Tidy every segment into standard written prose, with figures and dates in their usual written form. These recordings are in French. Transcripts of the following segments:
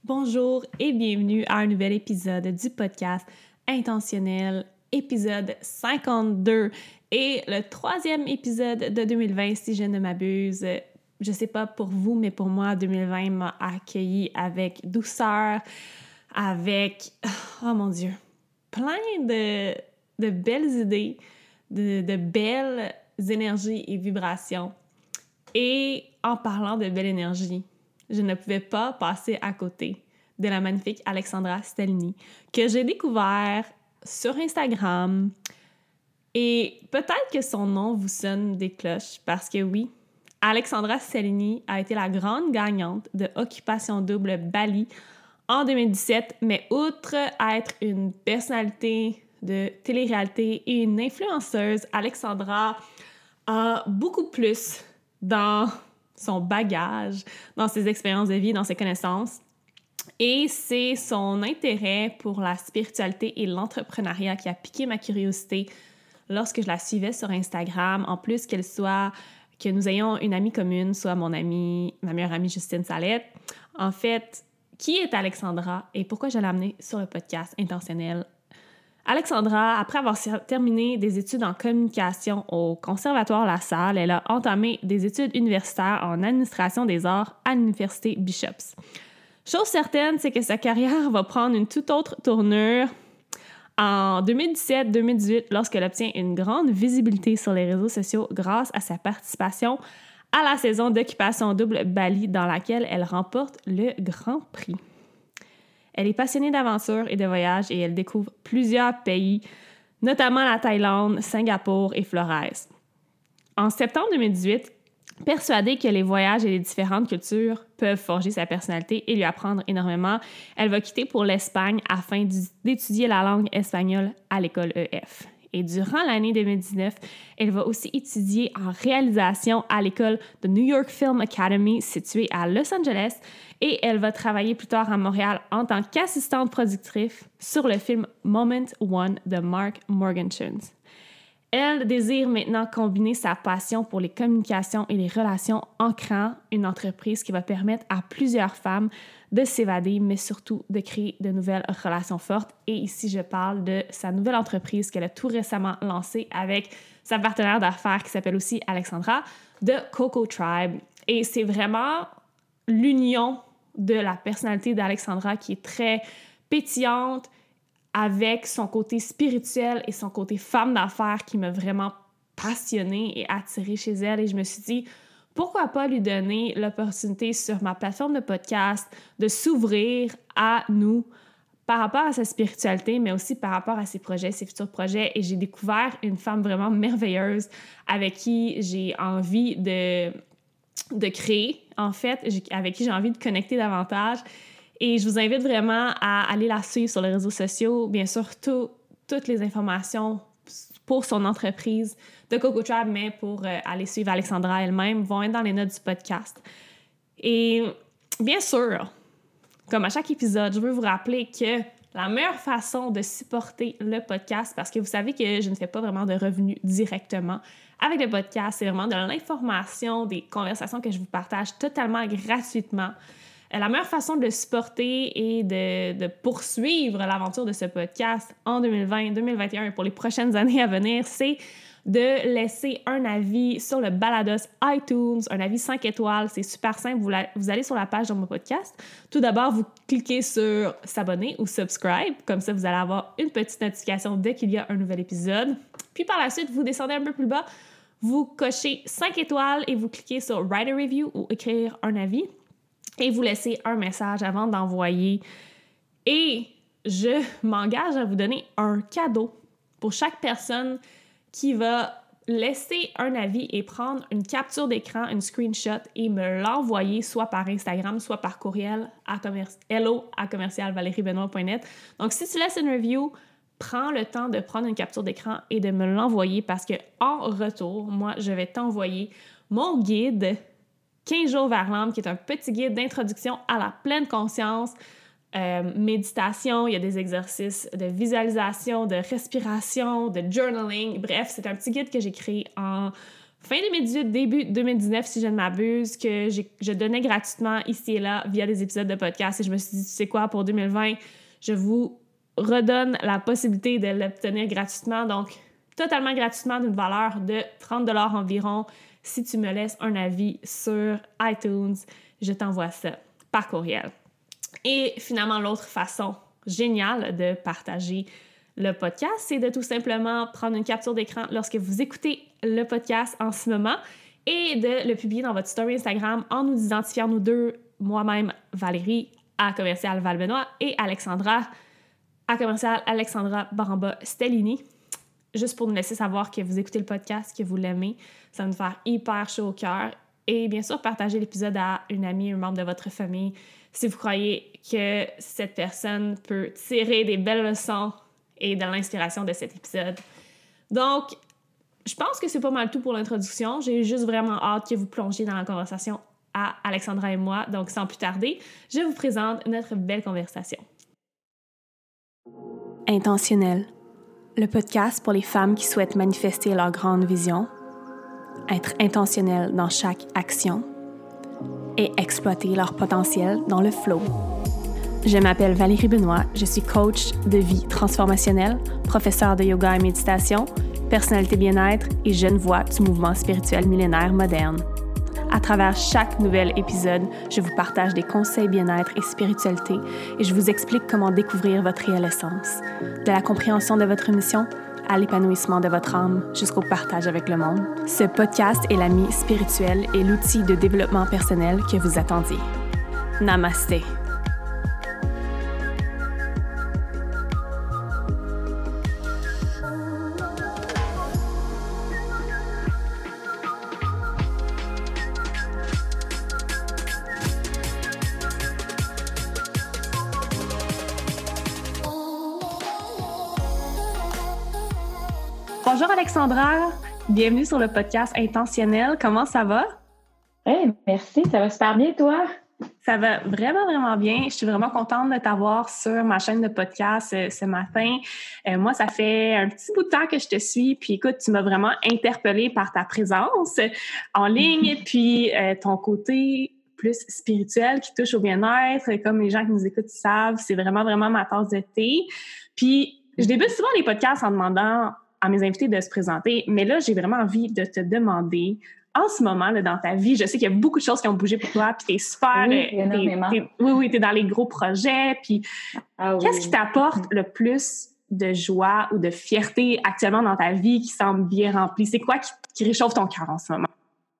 Bonjour et bienvenue à un nouvel épisode du podcast Intentionnel, épisode 52 et le troisième épisode de 2020 si je ne m'abuse. Je sais pas pour vous, mais pour moi, 2020 m'a accueilli avec douceur, avec, oh mon Dieu, plein de belles idées, de belles énergies et vibrations. Et en parlant de belle énergie, je ne pouvais pas passer à côté de la magnifique Alexandra Stelny, que j'ai découvert sur Instagram. Et peut-être que son nom vous sonne des cloches, parce que oui, Alexandra Stelny a été la grande gagnante de Occupation Double Bali en 2017, mais outre être une personnalité de télé-réalité et une influenceuse, Alexandra a beaucoup plus dans son bagage, dans ses expériences de vie, dans ses connaissances. Et c'est son intérêt pour la spiritualité et l'entrepreneuriat qui a piqué ma curiosité lorsque je la suivais sur Instagram. En plus que nous ayons une amie commune, soit ma meilleure amie Justine Salette. En fait, qui est Alexandra et pourquoi je l'ai amenée sur le podcast Intentionnel? Alexandra, après avoir terminé des études en communication au Conservatoire La Salle, elle a entamé des études universitaires en administration des arts à l'Université Bishop's. Chose certaine, c'est que sa carrière va prendre une toute autre tournure en 2017-2018 lorsqu'elle obtient une grande visibilité sur les réseaux sociaux grâce à sa participation à la saison d'Occupation Double Bali dans laquelle elle remporte le Grand Prix. Elle est passionnée d'aventure et de voyage et elle découvre plusieurs pays, notamment la Thaïlande, Singapour et Flores. En septembre 2018, persuadée que les voyages et les différentes cultures peuvent forger sa personnalité et lui apprendre énormément, elle va quitter pour l'Espagne afin d'étudier la langue espagnole à l'école EF. Et durant l'année 2019, elle va aussi étudier en réalisation à l'école de New York Film Academy située à Los Angeles et elle va travailler plus tard à Montréal en tant qu'assistante productrice sur le film Moment One de Mark Morgenstern. Elle désire maintenant combiner sa passion pour les communications et les relations en créant une entreprise qui va permettre à plusieurs femmes de s'évader, mais surtout de créer de nouvelles relations fortes. Et ici, je parle de sa nouvelle entreprise qu'elle a tout récemment lancée avec sa partenaire d'affaires qui s'appelle aussi Alexandra, de Coco Tribe. Et c'est vraiment l'union de la personnalité d'Alexandra qui est très pétillante, avec son côté spirituel et son côté femme d'affaires qui m'a vraiment passionnée et attirée chez elle. Et je me suis dit, pourquoi pas lui donner l'opportunité sur ma plateforme de podcast de s'ouvrir à nous par rapport à sa spiritualité, mais aussi par rapport à ses projets, ses futurs projets. Et j'ai découvert une femme vraiment merveilleuse avec qui j'ai envie de créer, en fait, avec qui j'ai envie de connecter davantage. Et je vous invite vraiment à aller la suivre sur les réseaux sociaux. Bien sûr, toutes les informations pour son entreprise de Coco Tribe, mais pour aller suivre Alexandra elle-même, vont être dans les notes du podcast. Et bien sûr, comme à chaque épisode, je veux vous rappeler que la meilleure façon de supporter le podcast, parce que vous savez que je ne fais pas vraiment de revenus directement avec le podcast, c'est vraiment de l'information, des conversations que je vous partage totalement gratuitement. La meilleure façon de le supporter et de poursuivre l'aventure de ce podcast en 2020, 2021 et pour les prochaines années à venir, c'est de laisser un avis sur le Balados iTunes, un avis 5 étoiles. C'est super simple. Vous allez sur la page de mon podcast. Tout d'abord, vous cliquez sur s'abonner ou subscribe. Comme ça, vous allez avoir une petite notification dès qu'il y a un nouvel épisode. Puis par la suite, vous descendez un peu plus bas, vous cochez 5 étoiles et vous cliquez sur Write a Review ou écrire un avis. Et vous laissez un message avant d'envoyer. Et je m'engage à vous donner un cadeau pour chaque personne qui va laisser un avis et prendre une capture d'écran, une screenshot et me l'envoyer soit par Instagram, soit par courriel à hello@valeriebenoit.net. Donc, si tu laisses une review, prends le temps de prendre une capture d'écran et de me l'envoyer parce que en retour, moi, je vais t'envoyer mon guide 15 jours vers l'âme, qui est un petit guide d'introduction à la pleine conscience, méditation, il y a des exercices de visualisation, de respiration, de journaling. Bref, c'est un petit guide que j'ai créé en fin 2018, début 2019, si je ne m'abuse, que je donnais gratuitement ici et là via des épisodes de podcast. Et je me suis dit, tu sais quoi, pour 2020, je vous redonne la possibilité de l'obtenir gratuitement. Donc, totalement gratuitement d'une valeur de 30 $ environ. Si tu me laisses un avis sur iTunes, je t'envoie ça par courriel. Et finalement, l'autre façon géniale de partager le podcast, c'est de tout simplement prendre une capture d'écran lorsque vous écoutez le podcast en ce moment et de le publier dans votre story Instagram en nous identifiant nous deux, moi-même, Valérie, à commercial Valbenoît, et Alexandra, à commercial Alexandra Baramba-Stellini, juste pour nous laisser savoir que vous écoutez le podcast, que vous l'aimez. Ça va nous faire hyper chaud au cœur. Et bien sûr, partagez l'épisode à une amie, un membre de votre famille, si vous croyez que cette personne peut tirer des belles leçons et de l'inspiration de cet épisode. Donc, je pense que c'est pas mal tout pour l'introduction. J'ai juste vraiment hâte que vous plongiez dans la conversation à Alexandra et moi. Donc, sans plus tarder, je vous présente notre belle conversation. Intentionnel, le podcast pour les femmes qui souhaitent manifester leur grande vision, être intentionnelles dans chaque action et exploiter leur potentiel dans le flow. Je m'appelle Valérie Benoît, je suis coach de vie transformationnelle, professeure de yoga et méditation, personnalité bien-être et jeune voix du mouvement spirituel millénaire moderne. À travers chaque nouvel épisode, je vous partage des conseils bien-être et spiritualité et je vous explique comment découvrir votre réelle essence, de la compréhension de votre mission à l'épanouissement de votre âme jusqu'au partage avec le monde. Ce podcast est l'ami spirituel et l'outil de développement personnel que vous attendiez. Namasté. Bonjour Alexandra, bienvenue sur le podcast Intentionnel. Comment ça va? Hey, merci, ça va super bien, toi? Ça va vraiment, vraiment bien. Je suis vraiment contente de t'avoir sur ma chaîne de podcast ce matin. Moi, ça fait un petit bout de temps que je te suis. Puis écoute, tu m'as vraiment interpellée par ta présence en ligne, puis ton côté plus spirituel qui touche au bien-être. Comme les gens qui nous écoutent savent, c'est vraiment, vraiment ma tasse de thé. Puis je débute souvent les podcasts en demandant à mes invités de se présenter, mais là, j'ai vraiment envie de te demander, en ce moment, là, dans ta vie, je sais qu'il y a beaucoup de choses qui ont bougé pour toi, puis t'es super... Oui, énormément. T'es dans les gros projets, puis qu'est-ce qui t'apporte le plus de joie ou de fierté actuellement dans ta vie qui semble bien remplie? C'est quoi qui réchauffe ton cœur en ce moment?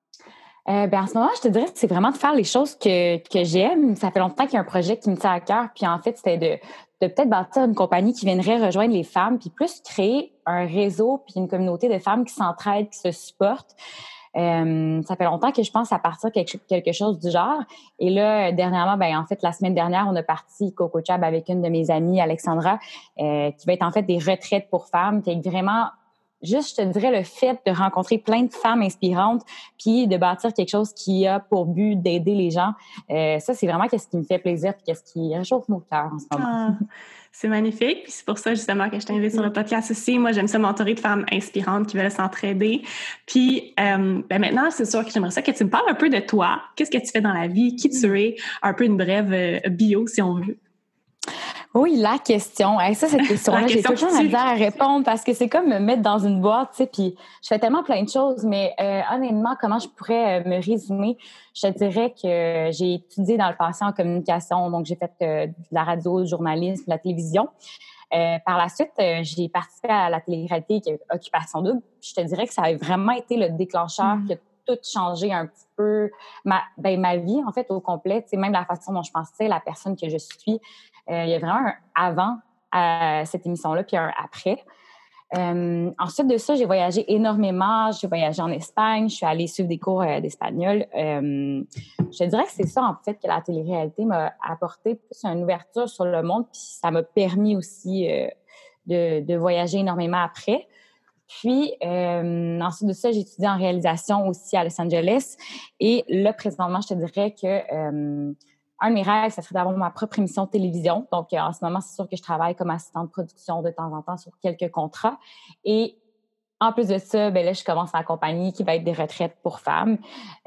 En ce moment, je te dirais que c'est vraiment de faire les choses que j'aime. Ça fait longtemps qu'il y a un projet qui me tient à cœur, puis en fait, c'était de peut-être bâtir une compagnie qui viendrait rejoindre les femmes, puis plus créer un réseau, puis une communauté de femmes qui s'entraident, qui se supportent. Ça fait longtemps que je pense à partir quelque chose du genre. Et là, dernièrement, en fait, la semaine dernière, on a parti Coco Chab avec une de mes amies, Alexandra, qui va être en fait des retraites pour femmes, qui est vraiment... Juste, je te dirais, le fait de rencontrer plein de femmes inspirantes puis de bâtir quelque chose qui a pour but d'aider les gens, ça, c'est vraiment ce qui me fait plaisir puis ce qui réchauffe mon cœur en ce moment. C'est magnifique. Puis c'est pour ça, justement, que je t'invite sur le podcast aussi. Moi, j'aime ça m'entourer de femmes inspirantes qui veulent s'entraider. Puis maintenant, c'est sûr que j'aimerais ça que tu me parles un peu de toi. Qu'est-ce que tu fais dans la vie? Qui tu es? Un peu une brève bio, si on veut. Oui, la question. Ça, cette question-là, j'ai tout le temps la misère à répondre parce que c'est comme me mettre dans une boîte, tu sais, puis je fais tellement plein de choses, mais honnêtement, comment je pourrais me résumer? Je te dirais que j'ai étudié dans le passé en communication, donc j'ai fait de la radio, du journalisme, de la télévision. Par la suite, j'ai participé à la télé-réalité qui est Occupation Double. Je te dirais que ça a vraiment été le déclencheur qui a tout changé un petit peu ma vie, en fait, au complet. Tu sais, même la façon dont je pensais, la personne que je suis. Il y a vraiment un avant à cette émission-là, puis un après. Ensuite de ça, j'ai voyagé énormément. J'ai voyagé en Espagne. Je suis allée suivre des cours d'espagnol. Je te dirais que c'est ça, en fait, que la télé-réalité m'a apporté plus une ouverture sur le monde, puis ça m'a permis aussi de voyager énormément après. Puis, ensuite de ça, j'ai étudié en réalisation aussi à Los Angeles. Et là, présentement, je te dirais que un de mes rêves, ça serait d'avoir ma propre émission de télévision. Donc, en ce moment, c'est sûr que je travaille comme assistante de production de temps en temps sur quelques contrats. Et En plus de ça, ben là, je commence ma compagnie qui va être des retraites pour femmes.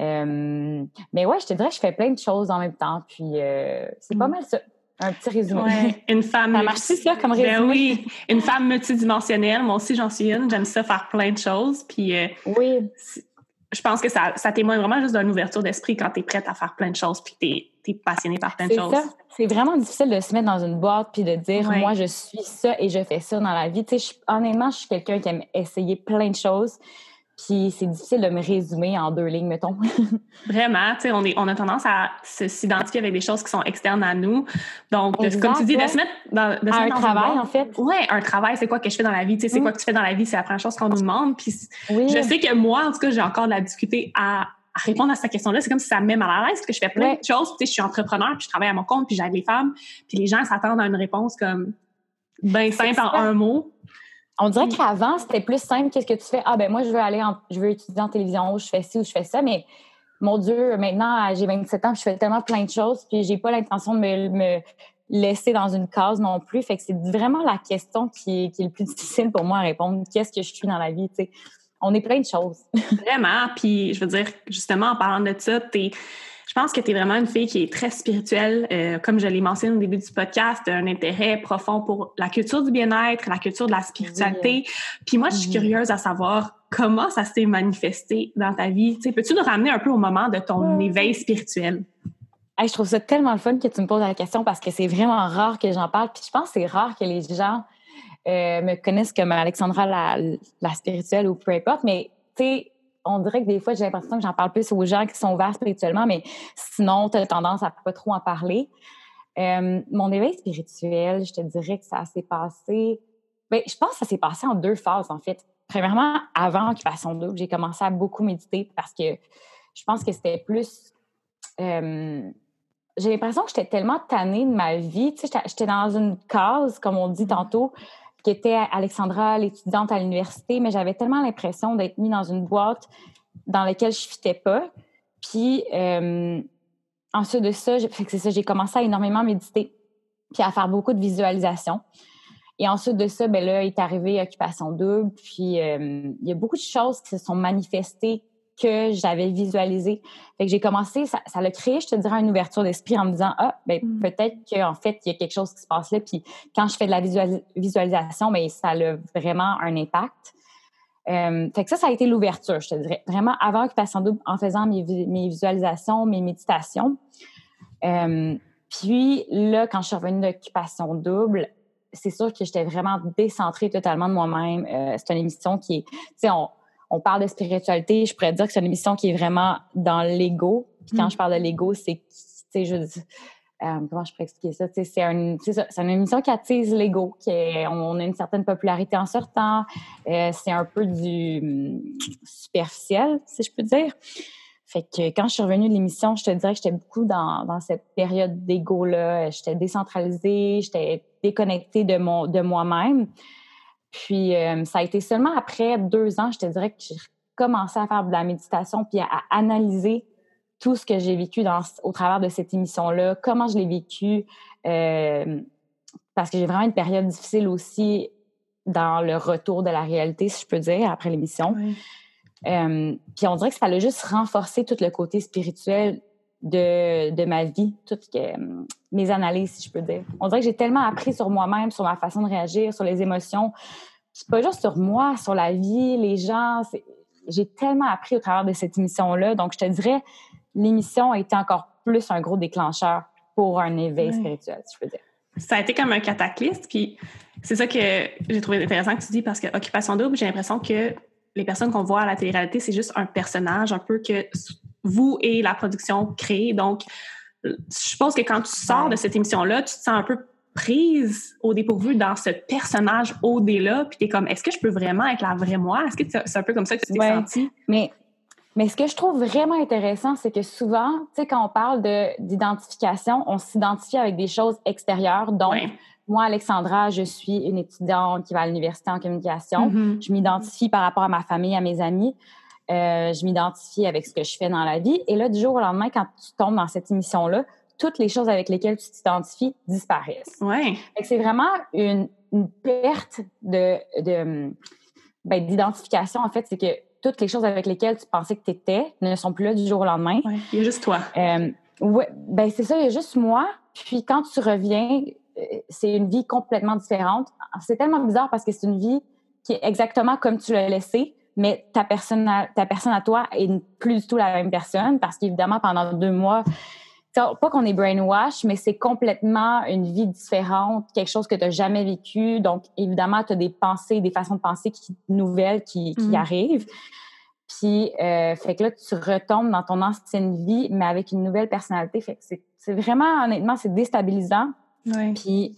Mais ouais, je te dirais que je fais plein de choses en même temps. Puis c'est pas mal ça. Un petit résumé. Ouais, une femme... Ça marche ça comme résumé? Ben oui, une femme multidimensionnelle. Moi aussi, j'en suis une. J'aime ça faire plein de choses. Puis oui. Je pense que ça témoigne vraiment juste d'une ouverture d'esprit quand tu es prête à faire plein de choses puis que tu es passionnée par plein de choses. C'est ça. C'est vraiment difficile de se mettre dans une boîte puis de dire moi, je suis ça et je fais ça dans la vie. Tu sais, honnêtement, je suis quelqu'un qui aime essayer plein de choses. Puis c'est difficile de me résumer en 2 lignes, mettons. Vraiment, tu sais, on a tendance à s'identifier avec des choses qui sont externes à nous. Donc, exact, comme tu dis, de se mettre dans un travail, en fait. Oui, un travail, c'est quoi que je fais dans la vie? Tu sais, c'est quoi que tu fais dans la vie? C'est la première chose qu'on nous demande. Puis je sais que moi, en tout cas, j'ai encore de la difficulté à répondre à cette question-là. C'est comme si ça me met mal à l'aise parce que je fais plein de choses. Tu sais, je suis entrepreneur, puis je travaille à mon compte, puis j'aide les femmes. Puis les gens s'attendent à une réponse comme bien simple en un mot. On dirait qu'avant, c'était plus simple. Qu'est-ce que tu fais? Ah, ben moi, je veux étudier en télévision, ou je fais ci ou je fais ça. Mais mon Dieu, maintenant, j'ai 27 ans, puis je fais tellement plein de choses, puis j'ai pas l'intention de me laisser dans une case non plus. Fait que c'est vraiment la question qui est le plus difficile pour moi à répondre. Qu'est-ce que je suis dans la vie, tu sais? On est plein de choses. Vraiment. Puis, je veux dire, justement, en parlant de ça, je pense que tu es vraiment une fille qui est très spirituelle. Comme je l'ai mentionné au début du podcast, tu as un intérêt profond pour la culture du bien-être, la culture de la spiritualité. Oui. Puis moi, je suis curieuse à savoir comment ça s'est manifesté dans ta vie. Tu sais, peux-tu nous ramener un peu au moment de ton éveil spirituel? Hey, je trouve ça tellement le fun que tu me poses la question parce que c'est vraiment rare que j'en parle. Puis je pense que c'est rare que les gens me connaissent comme Alexandra la spirituelle ou peu importe. Mais tu sais, on dirait que des fois, j'ai l'impression que j'en parle plus aux gens qui sont ouverts spirituellement, mais sinon, tu as tendance à pas trop en parler. Mon éveil spirituel, je te dirais que ça s'est passé... Bien, je pense que ça s'est passé en 2 phases, en fait. Premièrement, avant Occupation Double, j'ai commencé à beaucoup méditer parce que je pense que c'était plus... j'ai l'impression que j'étais tellement tannée de ma vie. Tu sais, j'étais dans une case, comme on dit tantôt, qui était Alexandra, l'étudiante à l'université, mais j'avais tellement l'impression d'être mise dans une boîte dans laquelle je ne fitais pas. Puis, ensuite de ça, j'ai commencé à énormément méditer, puis à faire beaucoup de visualisation. Et ensuite de ça, ben là, est arrivé Occupation Double, puis il y a beaucoup de choses qui se sont manifestées que j'avais visualisées. Fait que j'ai commencé, ça l'a créé, je te dirais, une ouverture d'esprit en me disant, peut-être qu'en fait, il y a quelque chose qui se passe là. Puis quand je fais de la visualisation, ben ça a vraiment un impact. Fait que ça a été l'ouverture, je te dirais. Vraiment, avant Occupation Double, en faisant mes visualisations, mes méditations. Puis là, quand je suis revenue d'Occupation Double, c'est sûr que j'étais vraiment décentrée totalement de moi-même. C'est une émission qui est... Tu sais, on parle de spiritualité, je pourrais dire que c'est une émission qui est vraiment dans l'ego. Puis quand je parle de l'ego, c'est, tu sais, comment je pourrais expliquer ça? Tu sais, c'est une émission qui attise l'ego. On a une certaine popularité en sortant. C'est un peu du superficiel, si je peux dire. Fait que quand je suis revenue de l'émission, je te dirais que j'étais beaucoup dans cette période d'ego-là. J'étais décentralisée, j'étais déconnectée de moi-même. Puis, ça a été seulement après 2 ans, je te dirais que j'ai commencé à faire de la méditation puis à analyser tout ce que j'ai vécu au travers de cette émission-là, comment je l'ai vécu, parce que j'ai vraiment une période difficile aussi dans le retour de la réalité, si je peux dire, après l'émission. Oui. Puis on dirait que ça a juste renforcé tout le côté spirituel de ma vie, toutes mes analyses, si je peux dire. On dirait que j'ai tellement appris sur moi-même, sur ma façon de réagir, sur les émotions. C'est pas juste sur moi, sur la vie, les gens. J'ai tellement appris au travers de cette émission-là. Donc, je te dirais, l'émission a été encore plus un gros déclencheur pour un éveil spirituel, si je peux dire. Ça a été comme un cataclysme. Puis c'est ça que j'ai trouvé intéressant que tu dis, parce que Occupation Double, j'ai l'impression que les personnes qu'on voit à la télé-réalité, c'est juste un personnage un peu que vous et la production créent. Donc, je pense que quand tu sors de cette émission-là, tu te sens un peu prise au dépourvu dans ce personnage OD-là, puis t'es comme, est-ce que je peux vraiment être la vraie moi? Est-ce que c'est un peu comme ça que tu t'es sentie? Mais ce que je trouve vraiment intéressant, c'est que souvent, tu sais, quand on parle d'identification, on s'identifie avec des choses extérieures. Donc, moi, Alexandra, je suis une étudiante qui va à l'université en communication. Mm-hmm. Je m'identifie par rapport à ma famille, à mes amis. Je m'identifie avec ce que je fais dans la vie. Et là, du jour au lendemain, quand tu tombes dans cette émission-là, toutes les choses avec lesquelles tu t'identifies disparaissent. Ouais. Fait que c'est vraiment une perte de d'identification, en fait, c'est que toutes les choses avec lesquelles tu pensais que tu étais ne sont plus là du jour au lendemain. Ouais, il y a juste toi. Ouais, ben c'est ça, il y a juste moi. Puis quand tu reviens, c'est une vie complètement différente. C'est tellement bizarre parce que c'est une vie qui est exactement comme tu l'as laissée, mais ta personne à toi est plus du tout la même personne parce qu'évidemment, pendant 2 mois, pas qu'on est brainwash, mais c'est complètement une vie différente, quelque chose que tu n'as jamais vécu. Donc, évidemment, tu as des pensées, des façons de penser nouvelles qui arrivent. Puis, fait que là, tu retombes dans ton ancienne vie, mais avec une nouvelle personnalité. Fait que c'est vraiment, honnêtement, c'est déstabilisant. Ouais. Puis,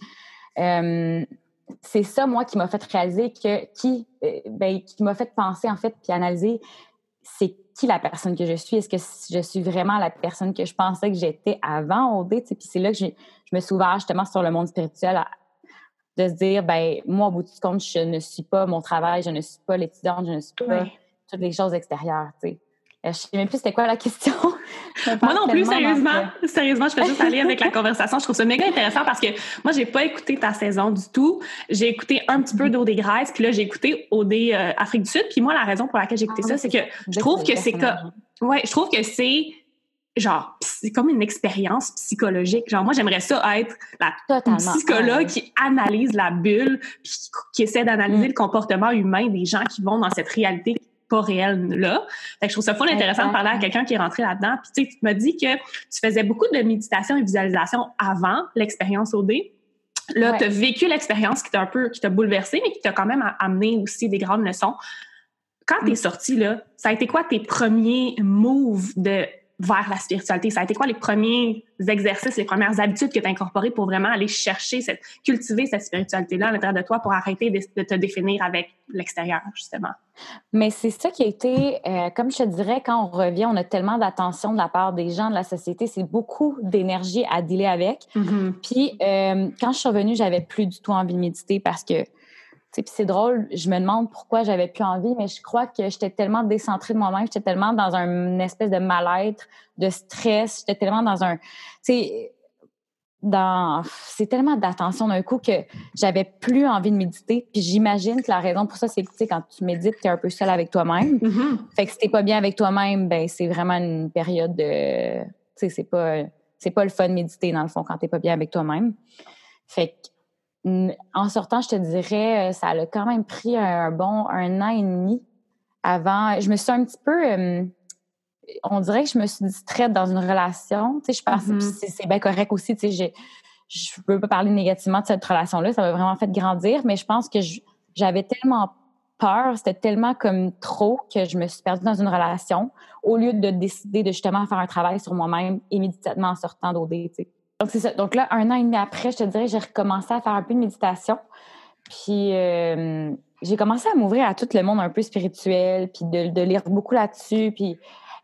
c'est ça, moi, qui m'a fait réaliser qui m'a fait penser, en fait, puis analyser, c'est qui la personne que je suis? Est-ce que je suis vraiment la personne que je pensais que j'étais avant OD? Puis c'est là que je me suis ouverte justement sur le monde spirituel, de se dire, moi, au bout du compte, je ne suis pas mon travail, je ne suis pas l'étudiante, je ne suis pas toutes les choses extérieures, tu sais. Je ne sais même plus c'était quoi la question. Moi non plus, sérieusement. Sérieusement, je fais juste aller avec la conversation. Je trouve ça méga intéressant parce que moi, j'ai pas écouté ta saison du tout. J'ai écouté un petit peu d'OD Grèce, puis là, j'ai écouté OD Afrique du Sud. Puis moi, la raison pour laquelle j'ai écouté ça, c'est que je trouve que c'est comme... Ouais, je trouve que c'est genre, c'est comme une expérience psychologique. Genre, moi, j'aimerais ça être la psychologue qui analyse la bulle, puis qui essaie d'analyser le comportement humain des gens qui vont dans cette réalité pas réelle là. Fait que je trouve ça full intéressant de parler à quelqu'un qui est rentré là-dedans. Puis tu sais, tu m'as dit que tu faisais beaucoup de méditation et visualisation avant l'expérience OD. Là, tu as vécu l'expérience qui t'a bouleversé, mais qui t'a quand même amené aussi des grandes leçons. Quand tu es sortie, là, ça a été quoi tes premiers moves vers la spiritualité? Ça a été quoi les premiers exercices, les premières habitudes que tu as incorporées pour vraiment aller chercher, cultiver cette spiritualité-là à l'intérieur de toi pour arrêter de te définir avec l'extérieur, justement? Mais c'est ça qui a été, comme je te dirais, quand on revient, on a tellement d'attention de la part des gens de la société, c'est beaucoup d'énergie à dealer avec. Puis quand je suis revenue, j'avais plus du tout envie de méditer parce que, puis c'est drôle, je me demande pourquoi j'avais plus envie, mais je crois que j'étais tellement décentrée de moi-même, j'étais tellement dans une espèce de mal-être, de stress, j'étais tellement dans c'est tellement d'attention d'un coup que j'avais plus envie de méditer. Puis j'imagine que la raison pour ça, c'est que quand tu médites, tu es un peu seule avec toi-même. Fait que si t'es pas bien avec toi-même, c'est vraiment une période de... c'est pas le fun de méditer, dans le fond, quand t'es pas bien avec toi-même. Fait que en sortant, je te dirais, ça a quand même pris un bon 1 an et demi avant. Je me suis un petit peu... on dirait que je me suis distraite dans une relation. Tu sais, je pense que c'est bien correct aussi. Tu sais, je veux pas parler négativement de cette relation-là. Ça m'a vraiment fait grandir, mais je pense que j'avais tellement peur, c'était tellement comme trop que je me suis perdue dans une relation au lieu de décider de justement faire un travail sur moi-même immédiatement en sortant d'OD, tu sais. Donc, c'est ça. Donc là, 1 an et demi après, je te dirais, j'ai recommencé à faire un peu de méditation. Puis, j'ai commencé à m'ouvrir à tout le monde un peu spirituel, puis de lire beaucoup là-dessus. Puis,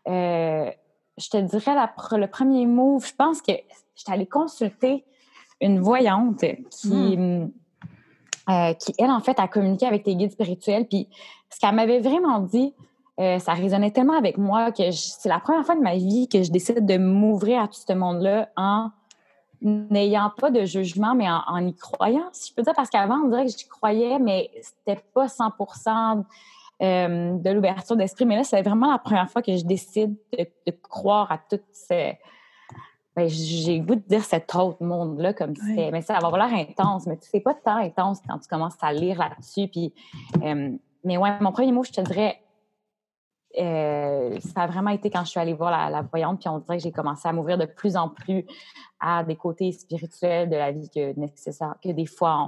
je te dirais, le premier move, je pense que j'étais allée consulter une voyante qui, elle, en fait, a communiqué avec tes guides spirituels. Puis, ce qu'elle m'avait vraiment dit, ça résonnait tellement avec moi que c'est la première fois de ma vie que je décide de m'ouvrir à tout ce monde-là en n'ayant pas de jugement, mais en y croyant, si je peux dire, parce qu'avant, on dirait que j'y croyais, mais c'était pas 100% de l'ouverture d'esprit. Mais là, c'est vraiment la première fois que je décide de croire à tout j'ai le goût de dire cet autre monde-là comme c'était. Mais ça va avoir l'air intense, mais c'est pas tant intense quand tu commences à lire là-dessus. Puis, mais ouais, mon premier mot, je te dirais, ça a vraiment été quand je suis allée voir la voyante, puis on dirait que j'ai commencé à m'ouvrir de plus en plus à des côtés spirituels de la vie que des fois,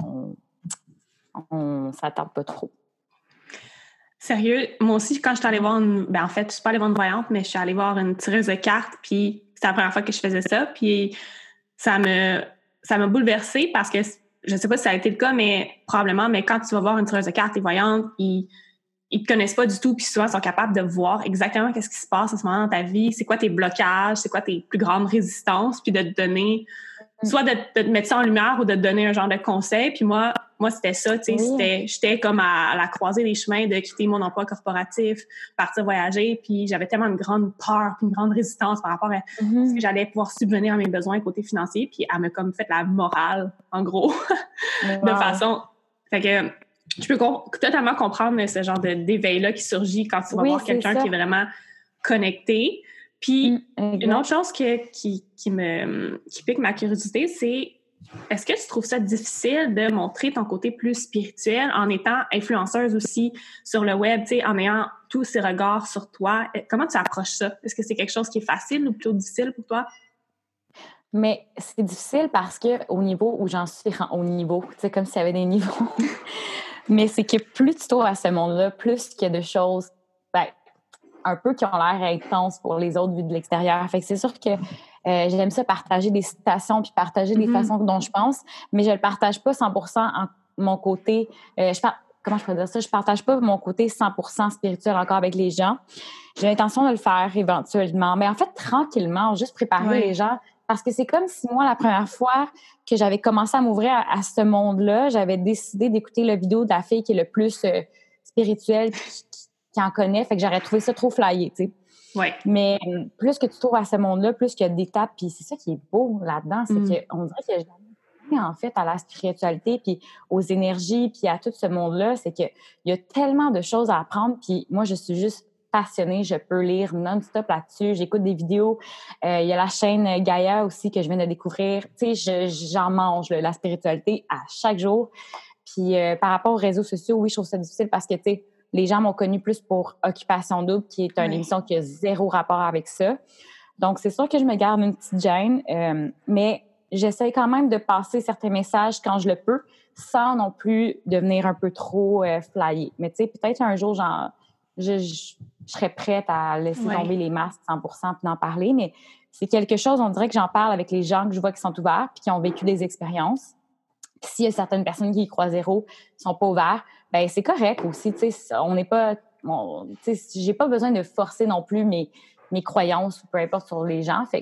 on s'attend pas trop. Sérieux, moi aussi, quand je suis allée voir en fait, je suis pas allée voir une voyante, mais je suis allée voir une tireuse de cartes, puis c'était la première fois que je faisais ça, puis ça m'a bouleversée parce que, je sais pas si ça a été le cas, mais probablement, mais quand tu vas voir une tireuse de cartes, les voyantes, ils te connaissent pas du tout, puis souvent, ils sont capables de voir exactement qu'est-ce qui se passe en ce moment dans ta vie, c'est quoi tes blocages, c'est quoi tes plus grandes résistances, puis de te donner, soit de te mettre ça en lumière ou de te donner un genre de conseil. Puis moi c'était ça, tu sais, j'étais comme à la croisée des chemins de quitter mon emploi corporatif, partir voyager, puis j'avais tellement une grande peur, puis une grande résistance par rapport à ce que j'allais pouvoir subvenir à mes besoins côté financier, puis elle m'a comme fait la morale, en gros, de façon... Fait que je peux totalement comprendre ce genre d'éveil-là qui surgit quand tu vas voir quelqu'un qui est vraiment connecté. Puis, une autre chose qui pique ma curiosité, c'est est-ce que tu trouves ça difficile de montrer ton côté plus spirituel en étant influenceuse aussi sur le web, tu sais, en ayant tous ces regards sur toi? Comment tu approches ça? Est-ce que c'est quelque chose qui est facile ou plutôt difficile pour toi? Mais c'est difficile parce que au niveau où j'en suis, au niveau, tu sais, comme s'il y avait des niveaux. Mais c'est que plus tu trouves à ce monde-là, plus qu'il y a de choses, ben, un peu qui ont l'air intenses pour les autres vues de l'extérieur. Fait que c'est sûr que j'aime ça partager des citations puis partager des façons dont je pense, mais je le partage pas 100% en mon côté. Comment je pourrais dire ça? Je partage pas mon côté 100% spirituel encore avec les gens. J'ai l'intention de le faire éventuellement. Mais en fait, tranquillement, juste préparer les gens. Parce que c'est comme si moi, la première fois que j'avais commencé à m'ouvrir à ce monde-là, j'avais décidé d'écouter la vidéo de la fille qui est le plus spirituelle qui en connaît. Fait que j'aurais trouvé ça trop flyé, tu sais. Ouais. Mais plus que tu trouves à ce monde-là, plus qu'il y a d'étapes. Puis c'est ça qui est beau là-dedans, c'est qu'on dirait qu'il y a jamais en fait à la spiritualité, puis aux énergies, puis à tout ce monde-là, c'est qu'il y a tellement de choses à apprendre. Puis moi, je suis juste passionnée. Je peux lire non-stop là-dessus. J'écoute des vidéos. Il y a la chaîne Gaïa aussi que je viens de découvrir. Tu sais, j'en mange la spiritualité à chaque jour. Puis par rapport aux réseaux sociaux, oui, je trouve ça difficile parce que, tu sais, les gens m'ont connue plus pour Occupation Double, qui est une émission qui a zéro rapport avec ça. Donc, c'est sûr que je me garde une petite gêne, mais j'essaie quand même de passer certains messages quand je le peux, sans non plus devenir un peu trop flyée. Mais tu sais, peut-être un jour, je serais prête à laisser tomber les masques 100% puis d'en parler, mais c'est quelque chose, on dirait que j'en parle avec les gens que je vois qui sont ouverts puis qui ont vécu des expériences. Puis s'il y a certaines personnes qui y croient zéro, qui sont pas ouverts, ben c'est correct aussi, tu sais, on n'est pas... tu sais, j'ai pas besoin de forcer non plus mes croyances ou peu importe sur les gens, fait que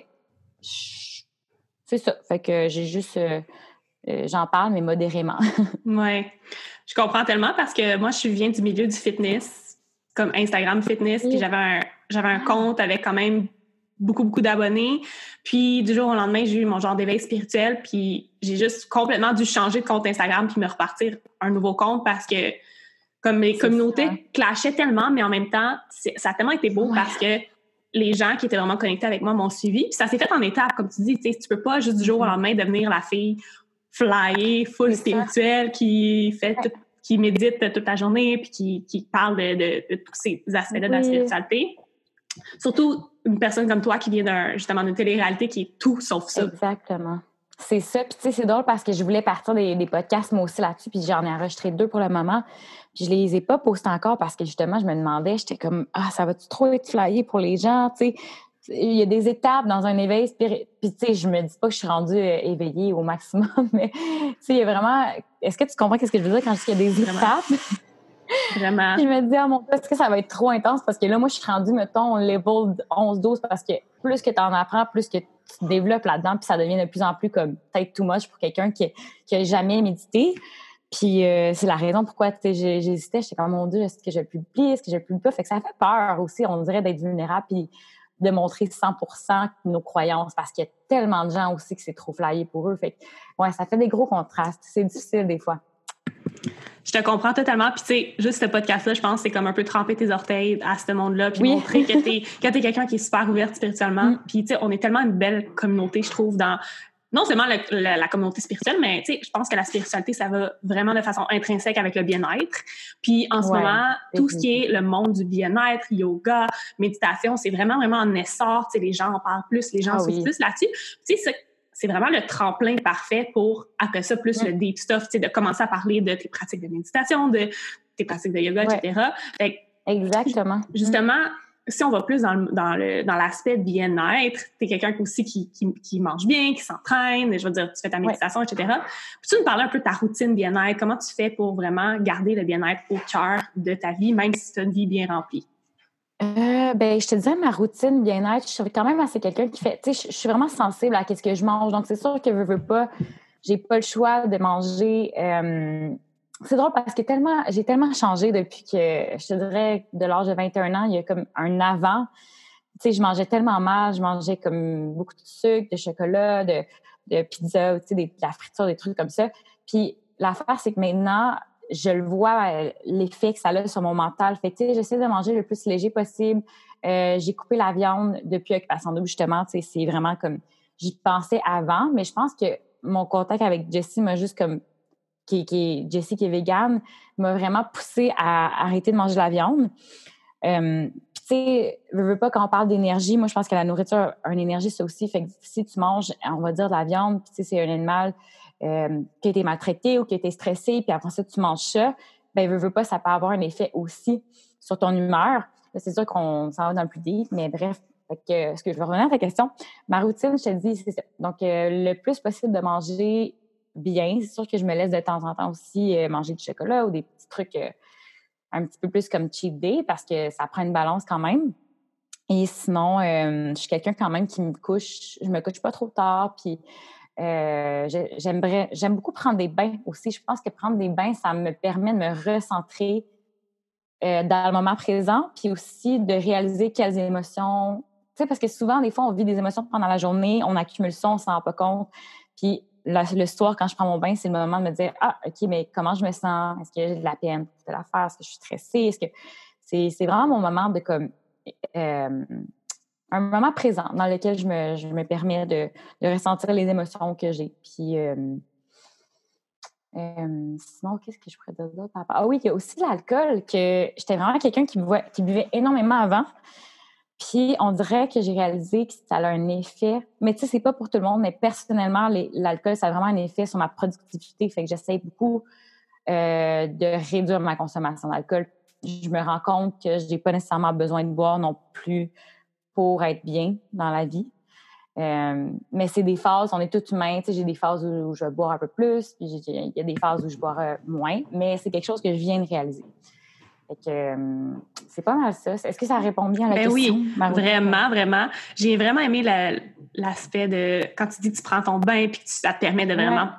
c'est ça, fait que j'ai juste... j'en parle, mais modérément. Oui, je comprends tellement parce que moi, je viens du milieu du fitness, comme Instagram Fitness, puis j'avais un compte avec quand même beaucoup d'abonnés. Puis du jour au lendemain, j'ai eu mon genre d'éveil spirituel, puis j'ai juste complètement dû changer de compte Instagram puis me repartir un nouveau compte parce que comme mes communautés clashaient tellement, mais en même temps, ça a tellement été beau parce que les gens qui étaient vraiment connectés avec moi m'ont suivi. Puis ça s'est fait en étapes, comme tu dis, tu sais, tu peux pas juste du jour au lendemain devenir la fille flyée, full spirituelle, qui médite toute la journée puis qui parle de tous ces aspects-là de la spiritualité. Surtout une personne comme toi qui vient justement d'une télé-réalité qui est tout sauf ça. Exactement. C'est ça. Puis tu sais, c'est drôle parce que je voulais partir des podcasts moi aussi là-dessus, puis j'en ai enregistré 2 pour le moment. Puis je les ai pas postés encore parce que justement, je me demandais, j'étais comme, ça va-tu trop être flyé pour les gens, tu sais? Il y a des étapes dans un éveil spirituel. Puis tu sais, je me dis pas que je suis rendue éveillée au maximum, mais tu sais, il y a vraiment... Est-ce que tu comprends ce que je veux dire quand je dis qu'il y a des étapes? Vraiment. Puis je me dis, mon Dieu, est-ce que ça va être trop intense? Parce que là, moi, je suis rendue, mettons, level 11-12 parce que plus que tu en apprends, plus que tu te développes là-dedans, puis ça devient de plus en plus comme peut-être too much pour quelqu'un qui a jamais médité. Puis c'est la raison pourquoi j'hésitais. J'étais comme, mon Dieu, est-ce que je le publie? Est-ce que je le publie pas? Fait que ça fait peur aussi, on dirait, d'être vulnérable puis de montrer 100% nos croyances parce qu'il y a tellement de gens aussi que c'est trop flyé pour eux. Fait que, ouais, ça fait des gros contrastes. C'est difficile des fois. Je te comprends totalement. Puis, tu sais, juste ce podcast-là, je pense, c'est comme un peu tremper tes orteils à ce monde-là, puis montrer que t'es quelqu'un qui est super ouverte spirituellement. Puis, tu sais, on est tellement une belle communauté, je trouve, dans non seulement la communauté spirituelle, mais, tu sais, je pense que la spiritualité, ça va vraiment de façon intrinsèque avec le bien-être. Puis, en ce moment, tout ce qui est le monde du bien-être, yoga, méditation, c'est vraiment en essor. Tu sais, les gens en parlent plus, les gens sont plus là-dessus. Tu sais, c'est vraiment le tremplin parfait pour, après ça, plus le deep stuff, tu sais, de commencer à parler de tes pratiques de méditation, de tes pratiques de yoga, etc. Fait, exactement. Justement, si on va plus dans l'aspect bien-être, t'es quelqu'un aussi qui mange bien, qui s'entraîne, je veux dire, tu fais ta méditation, etc. Peux-tu nous parler un peu de ta routine bien-être? Comment tu fais pour vraiment garder le bien-être au cœur de ta vie, même si tu as une vie bien remplie? Ben, je te disais, ma routine bien-être, je suis quand même assez quelqu'un qui fait... Tu sais, je suis vraiment sensible à ce que je mange. Donc, c'est sûr que je veux pas... J'ai pas le choix de manger... c'est drôle parce que j'ai tellement changé depuis que, je te dirais, de l'âge de 21 ans, il y a comme un avant. Tu sais, je mangeais tellement mal. Je mangeais comme beaucoup de sucre, de chocolat, de pizza, tu sais, de la friture, des trucs comme ça. Puis, l'affaire, c'est que maintenant... je le vois, l'effet que ça a sur mon mental. Fait que, tu sais, j'essaie de manger le plus léger possible. J'ai coupé la viande depuis Occupation Double, justement. Tu sais, c'est vraiment comme... J'y pensais avant, mais je pense que mon contact avec Jessie m'a juste comme... Jessie qui est végane, m'a vraiment poussée à arrêter de manger de la viande. Puis, tu sais, veux pas, quand on parle d'énergie, moi, je pense que la nourriture a une énergie, ça aussi. Fait que si tu manges, on va dire, de la viande, puis tu sais, c'est un animal qui a été maltraité ou qui a été stressé, puis après ça, tu manges ça, ben veux pas, ça peut avoir un effet aussi sur ton humeur. Là, c'est sûr qu'on s'en va dans le plus deep, mais bref. Fait que, ce que je veux revenir à ta question, ma routine, je te dis, c'est ça. Donc, le plus possible de manger bien. C'est sûr que je me laisse de temps en temps aussi manger du chocolat ou des petits trucs un petit peu plus comme cheat day parce que ça prend une balance quand même. Et sinon, je suis quelqu'un quand même qui me couche. Je me couche pas trop tard. Puis j'aime beaucoup prendre des bains aussi. Je pense que prendre des bains, ça me permet de me recentrer dans le moment présent, puis aussi de réaliser quelles émotions. Tu sais, parce que souvent, des fois, on vit des émotions pendant la journée, on accumule ça, on s'en rend pas compte. Puis le soir, quand je prends mon bain, c'est le moment de me dire ah, OK, mais comment je me sens? Est-ce que j'ai de la peine pour telle affaire? Est-ce que je suis stressée? Est-ce que c'est vraiment mon moment de comme un moment présent dans lequel je me permets de ressentir les émotions que j'ai. Puis sinon, qu'est-ce que je pourrais dire d'autre? Ah oui, il y a aussi l'alcool, que j'étais vraiment quelqu'un qui buvait énormément avant. Puis on dirait que j'ai réalisé que ça a un effet. Mais tu sais, c'est pas pour tout le monde, mais personnellement, l'alcool, ça a vraiment un effet sur ma productivité. Fait que j'essaie beaucoup de réduire ma consommation d'alcool. Je me rends compte que j'ai pas nécessairement besoin de boire non plus pour être bien dans la vie. Mais c'est des phases, on est tous humains. J'ai des phases où je vais boire un peu plus, puis il y a des phases où je bois moins, mais c'est quelque chose que je viens de réaliser. Fait que, c'est pas mal ça. Est-ce que ça répond bien à la question? Oui, vraiment, vraiment. J'ai vraiment aimé l'aspect de quand tu dis que tu prends ton bain puis que ça te permet de vraiment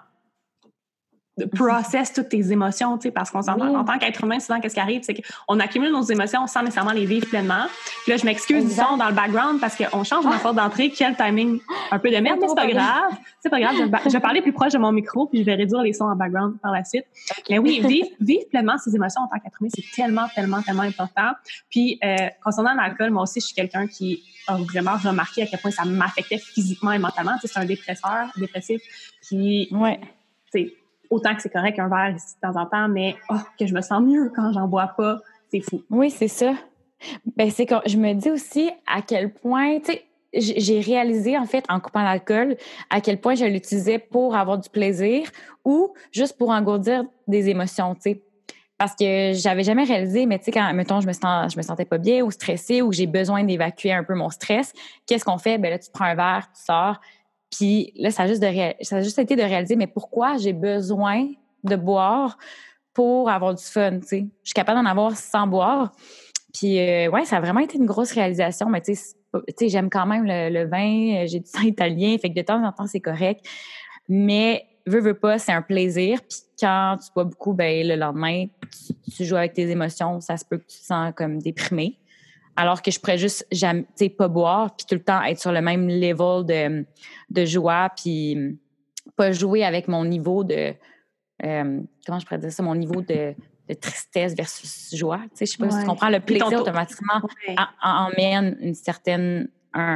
de process toutes tes émotions, tu sais, parce qu'on s'entend, en tant qu'être humain, souvent, qu'est-ce qui arrive, c'est qu'on accumule nos émotions sans nécessairement les vivre pleinement. Puis là, je m'excuse du son dans le background parce qu'on change ma porte d'entrée, quel timing un peu de merde, mais c'est pas grave. C'est pas grave, je vais parler plus proche de mon micro puis je vais réduire les sons en background par la suite. Okay. Mais oui, vivre pleinement ses émotions en tant qu'être humain, c'est tellement, tellement, tellement important. Puis, concernant l'alcool, moi aussi, je suis quelqu'un qui a vraiment remarqué à quel point ça m'affectait physiquement et mentalement. Tu sais, c'est un dépressif qui... c'est autant que c'est correct un verre ici de temps en temps, mais que je me sens mieux quand j'en bois pas, c'est fou. Oui, c'est ça. Ben c'est quand je me dis aussi à quel point, tu sais, j'ai réalisé en fait en coupant l'alcool à quel point je l'utilisais pour avoir du plaisir ou juste pour engourdir des émotions, tu sais. Parce que j'avais jamais réalisé, mais tu sais, quand, mettons, je me sentais pas bien ou stressée ou que j'ai besoin d'évacuer un peu mon stress, qu'est-ce qu'on fait? Ben là, tu prends un verre, tu sors. Puis là, ça a juste été de réaliser, mais pourquoi j'ai besoin de boire pour avoir du fun, tu sais? Je suis capable d'en avoir sans boire. Puis, ouais, ça a vraiment été une grosse réalisation. Mais tu sais, j'aime quand même le vin. J'ai du sang italien. Fait que de temps en temps, c'est correct. Mais, veux pas, c'est un plaisir. Puis quand tu bois beaucoup, ben le lendemain, tu joues avec tes émotions. Ça se peut que tu te sens comme déprimé. Alors que je pourrais juste, tu sais, pas boire, puis tout le temps être sur le même level de joie, puis pas jouer avec mon niveau de... comment je pourrais dire ça? Mon niveau de tristesse versus joie. Tu sais, je sais pas si tu comprends. Le plaisir, automatiquement, emmène une certaine...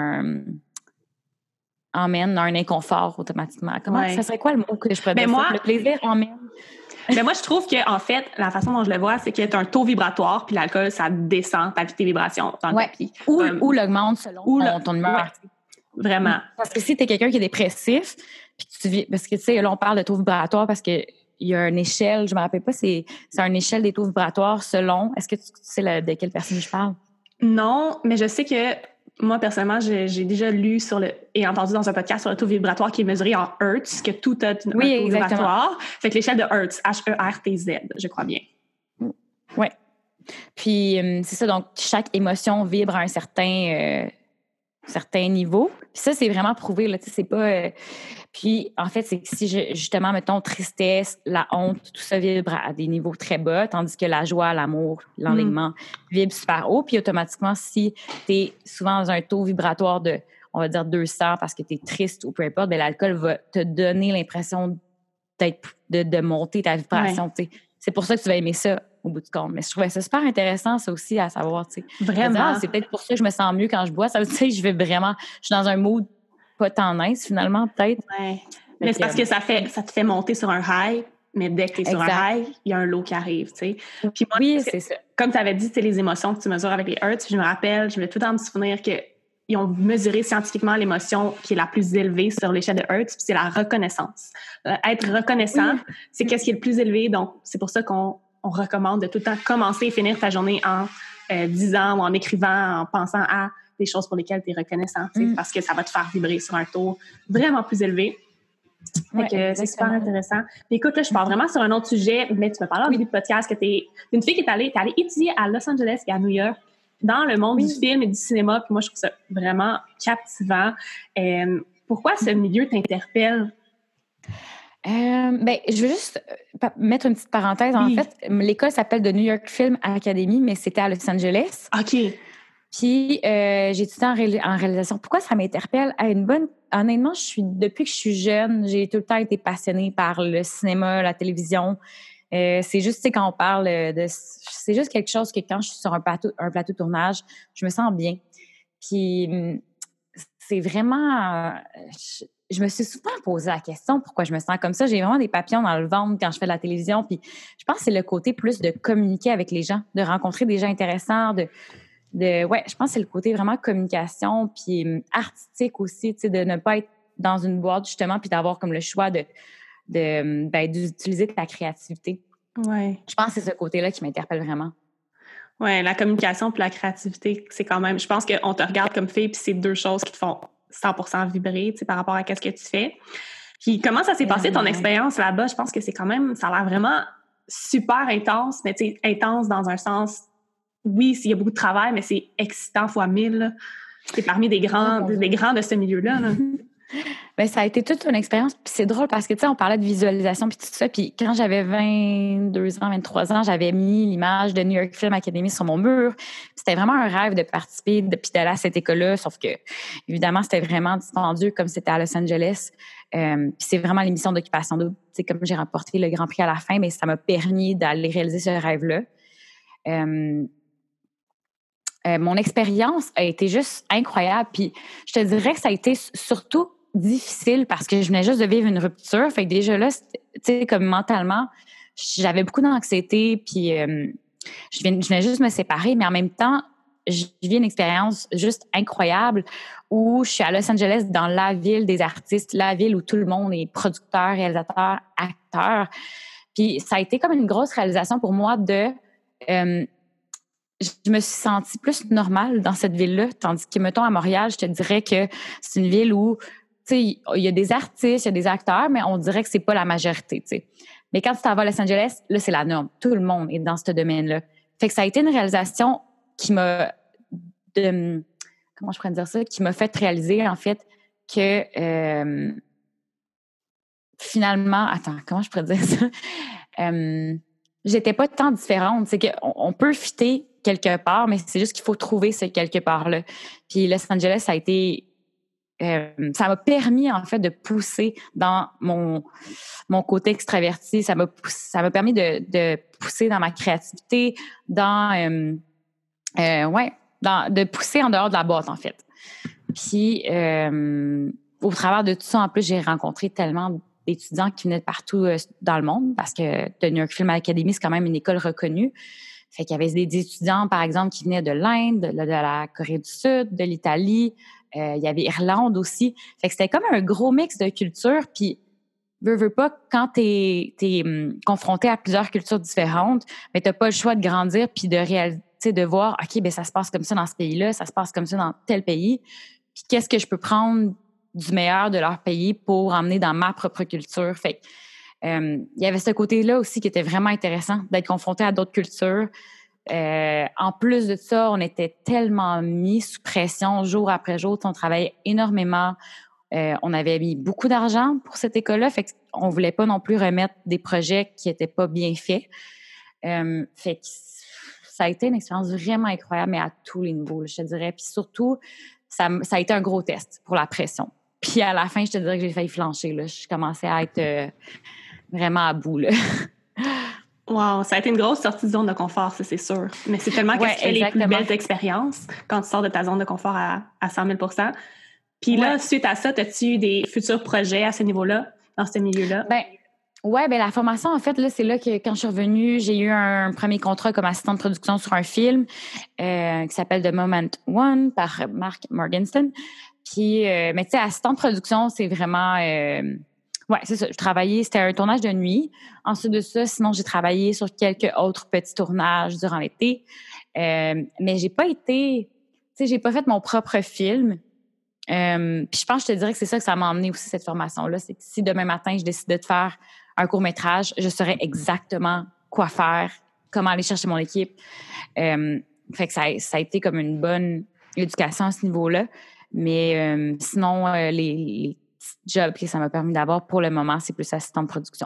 emmène un inconfort, automatiquement. Ça serait quoi le mot que je pourrais dire ça? Le plaisir emmène... Mais moi, je trouve que en fait, la façon dont je le vois, c'est qu'il y a un taux vibratoire, puis l'alcool, ça descend tes vibrations dans le tapis. Ou l'augmente selon ton humeur. Vraiment. Parce que si tu es quelqu'un qui est dépressif, puis parce que tu sais, là, on parle de taux vibratoire parce que il y a une échelle, je me rappelle pas, c'est une échelle des taux vibratoires selon. Est-ce que tu sais de quelle personne je parle? Non, mais je sais que moi, personnellement, j'ai déjà lu et entendu dans un podcast sur le taux vibratoire qui est mesuré en Hertz, que tout a un taux vibratoire. Fait que l'échelle de Hertz, H-E-R-T-Z, je crois bien. Oui. Puis, c'est ça, donc chaque émotion vibre à un certain niveau. Puis ça, c'est vraiment prouvé, là, tu sais, c'est pas... Puis, en fait, c'est que si, justement, mettons, tristesse, la honte, tout ça vibre à des niveaux très bas, tandis que la joie, l'amour, l'enlignement vibrent super haut. Puis, automatiquement, si tu es souvent dans un taux vibratoire de, on va dire, 200 parce que tu es triste ou peu importe, bien, l'alcool va te donner l'impression de monter ta vibration, tu sais. c'est pour ça que tu vas aimer ça au bout du compte. Mais je trouvais ça super intéressant, ça aussi, à savoir, tu sais. Vraiment. C'est peut-être pour ça que je me sens mieux quand je bois. Ça veut dire que je suis dans un mood pas tant nice, finalement, peut-être. Ouais. Mais c'est parce que ça te fait monter sur un high, mais dès que tu es sur un high, il y a un low qui arrive, tu sais. Puis moi, oui, c'est ça. Comme tu avais dit, c'est les émotions que tu mesures avec les Hertz. Je me rappelle, je voulais tout le temps me souvenir qu'ils ont mesuré scientifiquement l'émotion qui est la plus élevée sur l'échelle de Hertz, puis c'est la reconnaissance. Être reconnaissant, c'est qu'est-ce qui est le plus élevé. Donc, c'est pour ça qu'on recommande de tout le temps commencer et finir ta journée en disant ou en écrivant, en pensant à des choses pour lesquelles tu es reconnaissant, parce que ça va te faire vibrer sur un taux vraiment plus élevé. C'est super intéressant. Puis écoute, là, je pars vraiment sur un autre sujet, mais tu me parlais au début du podcast que t'es une fille qui est allée étudier à Los Angeles et à New York dans le monde du film et du cinéma. Puis moi, je trouve ça vraiment captivant. Pourquoi ce milieu t'interpelle? Je veux juste mettre une petite parenthèse. En fait, l'école s'appelle The New York Film Academy, mais c'était à Los Angeles. OK. Puis, j'ai étudié en réalisation. Pourquoi ça m'interpelle? Honnêtement, depuis que je suis jeune, j'ai tout le temps été passionnée par le cinéma, la télévision. C'est juste, tu sais, quand on parle c'est juste quelque chose que quand je suis sur un plateau de tournage, je me sens bien. Puis, c'est vraiment... je me suis souvent posé la question pourquoi je me sens comme ça. J'ai vraiment des papillons dans le ventre quand je fais de la télévision. Puis, je pense que c'est le côté plus de communiquer avec les gens, de rencontrer des gens intéressants, je pense que c'est le côté vraiment communication puis artistique aussi, tu sais, de ne pas être dans une boîte justement puis d'avoir comme le choix d'utiliser ta créativité. Ouais. Je pense que c'est ce côté-là qui m'interpelle vraiment. Ouais, la communication puis la créativité, c'est quand même, je pense qu'on te regarde comme fille puis c'est deux choses qui te font 100% vibrer, tu sais, par rapport à ce que tu fais. Puis comment ça s'est passé ton expérience là-bas? Je pense que c'est quand même, ça a l'air vraiment super intense, mais tu sais, intense dans un sens. Oui, il y a beaucoup de travail, mais c'est excitant fois 1000. C'est parmi des grands de ce milieu-là. Là. Bien, ça a été toute une expérience. Puis c'est drôle parce que, tu sais, on parlait de visualisation puis tout ça. Puis quand j'avais 22 ans, 23 ans, j'avais mis l'image de New York Film Academy sur mon mur. C'était vraiment un rêve de participer puis d'aller à cette école-là. Sauf que, évidemment, c'était vraiment dispendieux comme c'était à Los Angeles. Puis c'est vraiment l'émission d'Occupation Double. Tu sais, comme j'ai remporté le Grand Prix à la fin, mais ça m'a permis d'aller réaliser ce rêve-là. Mon expérience a été juste incroyable. Puis je te dirais que ça a été surtout difficile parce que je venais juste de vivre une rupture. Fait que déjà là, tu sais, comme mentalement, j'avais beaucoup d'anxiété. Puis je venais juste me séparer. Mais en même temps, je vis une expérience juste incroyable où je suis à Los Angeles, dans la ville des artistes, la ville où tout le monde est producteur, réalisateur, acteur. Puis ça a été comme une grosse réalisation pour moi je me suis sentie plus normale dans cette ville-là, tandis que, mettons, à Montréal, je te dirais que c'est une ville où, tu sais, il y a des artistes, il y a des acteurs, mais on dirait que c'est pas la majorité, tu sais. Mais quand tu t'en vas à Los Angeles, là, c'est la norme. Tout le monde est dans ce domaine-là. Fait que ça a été une réalisation qui m'a... comment je pourrais dire ça? Qui m'a fait réaliser, en fait, que finalement... Attends, comment je pourrais dire ça? J'étais pas tant différente. C'est qu'on peut fitter quelque part, mais c'est juste qu'il faut trouver ce quelque part-là. Puis Los Angeles, ça a été... ça m'a permis, en fait, de pousser dans mon côté extraverti. Ça m'a permis de pousser dans ma créativité, de pousser en dehors de la boîte, en fait. Puis, au travers de tout ça, en plus, j'ai rencontré tellement d'étudiants qui venaient de partout dans le monde parce que The New York Film Academy, c'est quand même une école reconnue. Fait qu'il y avait des étudiants, par exemple, qui venaient de l'Inde, de la Corée du Sud, de l'Italie. Il y avait Irlande aussi. Fait que c'était comme un gros mix de cultures. Puis, veux pas, quand t'es confronté à plusieurs cultures différentes, mais t'as pas le choix de grandir puis de réaliser, de voir, OK, ben ça se passe comme ça dans ce pays-là, ça se passe comme ça dans tel pays. Puis qu'est-ce que je peux prendre du meilleur de leur pays pour emmener dans ma propre culture. Fait que, il y avait ce côté-là aussi qui était vraiment intéressant, d'être confronté à d'autres cultures. En plus de ça, on était tellement mis sous pression jour après jour. On travaillait énormément. On avait mis beaucoup d'argent pour cette école-là. Fait qu'on voulait pas non plus remettre des projets qui étaient pas bien faits. Fait que ça a été une expérience vraiment incroyable, mais à tous les niveaux, je te dirais. Puis surtout, ça a été un gros test pour la pression. Puis à la fin, je te dirais que j'ai failli flancher. Là. Je commençais à être vraiment à bout. Là. Wow, ça a été une grosse sortie de zone de confort, ça, c'est sûr. Mais c'est tellement qu'est-ce qui fait les plus belles expériences quand tu sors de ta zone de confort à 100 000 %. Puis là, suite à ça, as-tu eu des futurs projets à ce niveau-là, dans ce milieu-là? Ben la formation, en fait, là, c'est là que quand je suis revenue, j'ai eu un premier contrat comme assistante de production sur un film qui s'appelle The Moment One par Mark Morgenstern. Puis, mais tu sais, assistante de production, c'est vraiment... c'est ça. Je travaillais, c'était un tournage de nuit. Ensuite de ça, sinon, j'ai travaillé sur quelques autres petits tournages durant l'été. Mais j'ai pas été... Tu sais, j'ai pas fait mon propre film. Puis je pense que je te dirais que c'est ça que ça m'a emmené aussi, cette formation-là. C'est que si demain matin, je décidais de faire un court-métrage, je saurais exactement quoi faire, comment aller chercher mon équipe. Fait que ça a été comme une bonne éducation à ce niveau-là. Mais sinon, les petits jobs que ça m'a permis d'avoir pour le moment, c'est plus assistant de production.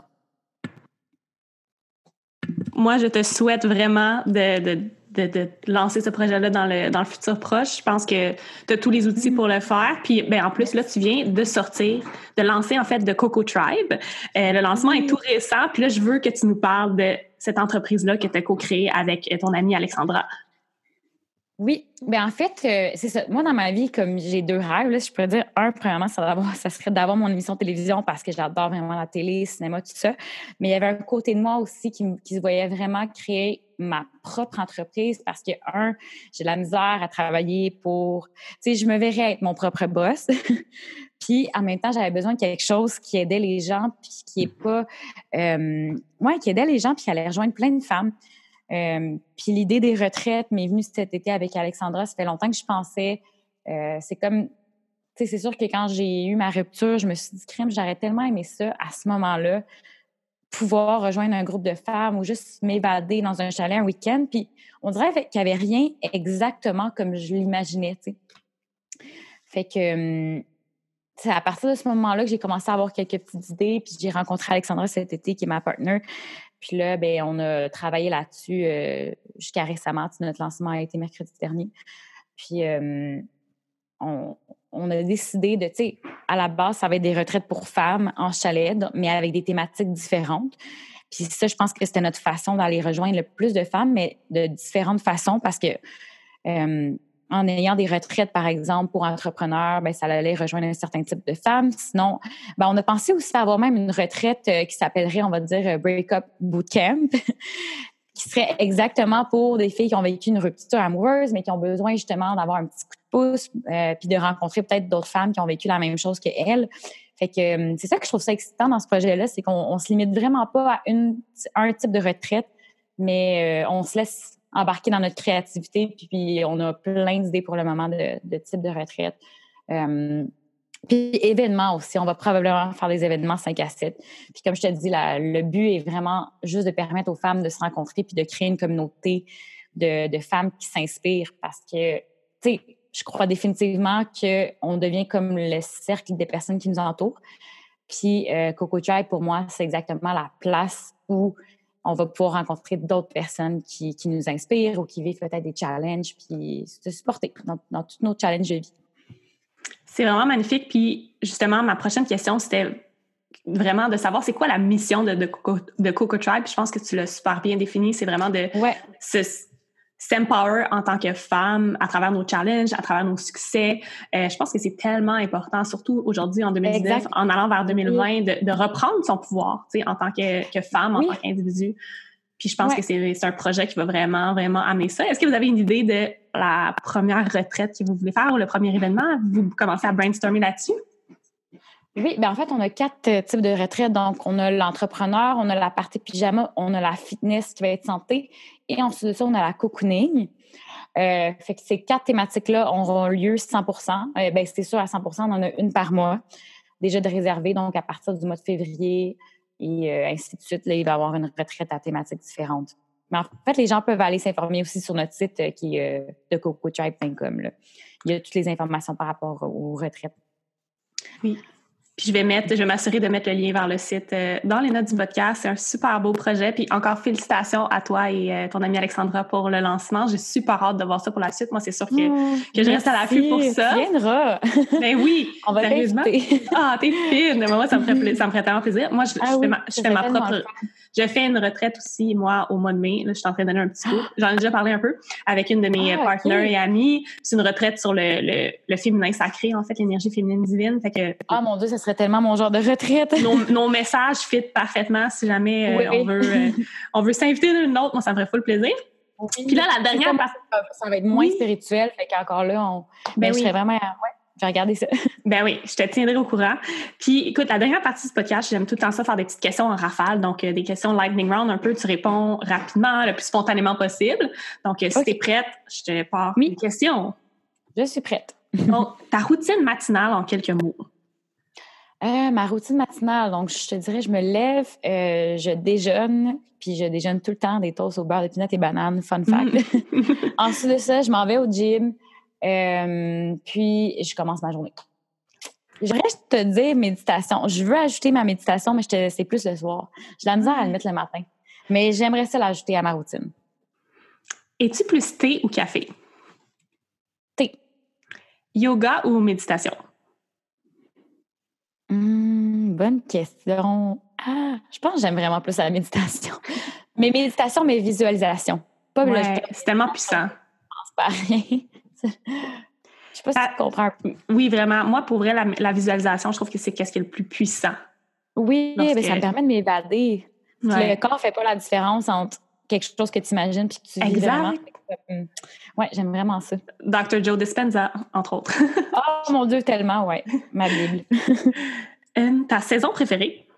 Moi, je te souhaite vraiment de lancer ce projet-là dans le futur proche. Je pense que tu as tous les outils pour le faire. Puis, en plus, là, tu viens de lancer, en fait, de Coco Tribe. Le lancement est tout récent. Puis là, je veux que tu nous parles de cette entreprise-là que tu as co-créée avec ton amie Alexandra. Oui, en fait, c'est ça. Moi, dans ma vie, comme j'ai 2 rêves, là, je pourrais dire, premièrement, ça serait d'avoir mon émission de télévision parce que j'adore vraiment la télé, le cinéma, tout ça. Mais il y avait un côté de moi aussi qui se voyait vraiment créer ma propre entreprise parce que, j'ai de la misère à travailler pour... Tu sais, je me verrais être mon propre boss. Puis, en même temps, j'avais besoin de quelque chose qui aidait les gens puis qui est pas... qui aidait les gens puis qui allait rejoindre plein de femmes. Puis l'idée des retraites m'est venue cet été avec Alexandra. Ça fait longtemps que je pensais. C'est comme, tu sais, c'est sûr que quand j'ai eu ma rupture, je me suis dit, crème, j'aurais tellement aimé ça à ce moment-là, pouvoir rejoindre un groupe de femmes ou juste m'évader dans un chalet un week-end. Puis on dirait qu'il n'y avait rien exactement comme je l'imaginais, tu sais. Fait que c'est à partir de ce moment-là que j'ai commencé à avoir quelques petites idées. Puis j'ai rencontré Alexandra cet été, qui est ma partenaire. Puis là, on a travaillé là-dessus jusqu'à récemment. Notre lancement a été mercredi dernier. Puis on a décidé de, tu sais, à la base, ça va être des retraites pour femmes en chalet, mais avec des thématiques différentes. Puis ça, je pense que c'était notre façon d'aller rejoindre le plus de femmes, mais de différentes façons parce que en ayant des retraites, par exemple, pour entrepreneurs, ça allait rejoindre un certain type de femmes. Sinon, on a pensé aussi à avoir même une retraite qui s'appellerait, on va dire, Breakup Bootcamp, qui serait exactement pour des filles qui ont vécu une rupture amoureuse, mais qui ont besoin justement d'avoir un petit coup de pouce, puis de rencontrer peut-être d'autres femmes qui ont vécu la même chose qu'elles. Fait que c'est ça que je trouve ça excitant dans ce projet-là, c'est qu'on se limite vraiment pas à un type de retraite, mais on se laisse embarquer dans notre créativité, puis on a plein d'idées pour le moment de type de retraite. Puis événements aussi, on va probablement faire des événements 5 à 7. Puis comme je te dis, le but est vraiment juste de permettre aux femmes de se rencontrer puis de créer une communauté de femmes qui s'inspirent parce que, tu sais, je crois définitivement qu'on devient comme le cercle des personnes qui nous entourent. Puis Coco Tribe, pour moi, c'est exactement la place où on va pouvoir rencontrer d'autres personnes qui nous inspirent ou qui vivent peut-être des challenges puis se supporter dans tous nos challenges de vie. C'est vraiment magnifique. Puis justement, ma prochaine question, c'était vraiment de savoir c'est quoi la mission de Coco Tribe. Puis je pense que tu l'as super bien défini. C'est vraiment de s'empower en tant que femme à travers nos challenges, à travers nos succès. Je pense que c'est tellement important, surtout aujourd'hui en 2019, exact. En allant vers 2020, de reprendre son pouvoir, tu sais, en tant que femme, en tant qu'individu. Puis je pense que c'est un projet qui va vraiment, vraiment amener ça. Est-ce que vous avez une idée de la première retraite que vous voulez faire ou le premier événement? Vous commencez à brainstormer là-dessus? Oui, en fait, on a 4 types de retraites. Donc, on a l'entrepreneur, on a la partie pyjama, on a la fitness qui va être santé et ensuite de ça, on a la cocooning. Fait que ces 4 thématiques-là auront lieu 100%. C'est sûr, à 100%, on en a une par mois déjà de réserver. Donc, à partir du mois de février et ainsi de suite, là, il va y avoir une retraite à thématiques différentes. Mais en fait, les gens peuvent aller s'informer aussi sur notre site qui est de cocotribe.com. Il y a toutes les informations par rapport aux retraites. Oui. Puis je vais m'assurer de mettre le lien vers le site dans les notes du podcast. C'est un super beau projet. Puis encore félicitations à toi et ton amie Alexandra pour le lancement. J'ai super hâte de voir ça pour la suite. Moi, c'est sûr que je reste à l'affût pour ça. Tu viendras. Ben oui, on va sérieusement. Ah, t'es fine. Moi, ça me ferait tellement plaisir. Moi, je fais ma propre... Je fais une retraite aussi, moi, au mois de mai. Là, je suis en train de donner un petit coup. J'en ai déjà parlé un peu avec une de mes partenaires et amies. C'est une retraite sur le féminin sacré, en fait, l'énergie féminine divine. Fait que, mon Dieu, ça serait tellement mon genre de retraite. nos messages fit parfaitement si jamais on veut s'inviter l'une l'autre. Moi, ça me ferait full plaisir. Oui. Puis là, la dernière... Ça va être moins spirituel. Fait qu'encore là, je serais vraiment... Je vais regarder ça. Ben oui, je te tiendrai au courant. Puis, écoute, la dernière partie du podcast, j'aime tout le temps ça, faire des petites questions en rafale. Donc, des questions lightning round un peu. Tu réponds rapidement, le plus spontanément possible. Donc, si tu es prête, je te pars les questions. Je suis prête. Donc, ta routine matinale en quelques mots. Ma routine matinale, donc je te dirais, je me lève, je déjeune, puis je déjeune tout le temps des toasts au beurre de peanut et banane, fun fact. Ensuite de ça, je m'en vais au gym. Puis je commence ma journée. Je reste te dire méditation. Je veux ajouter ma méditation, mais c'est plus le soir. J'ai la misère à le mettre le matin. Mais j'aimerais ça l'ajouter à ma routine. Es-tu plus thé ou café? Thé. Yoga ou méditation? Bonne question. Je pense que j'aime vraiment plus la méditation. Mes méditations, mes visualisations. Pas c'est tellement puissant. Je pense pas à rien. Je sais pas si tu comprends. Oui, vraiment. Moi, pour vrai, la visualisation, je trouve que c'est qu'est-ce qui est le plus puissant. Oui, mais ça me permet de m'évader. Le corps fait pas la différence entre quelque chose que tu imagines puis que tu vis vraiment. Ouais, j'aime vraiment ça. Dr. Joe Dispenza, entre autres. Oh mon Dieu, tellement, ouais. Ma Bible. Ta saison préférée?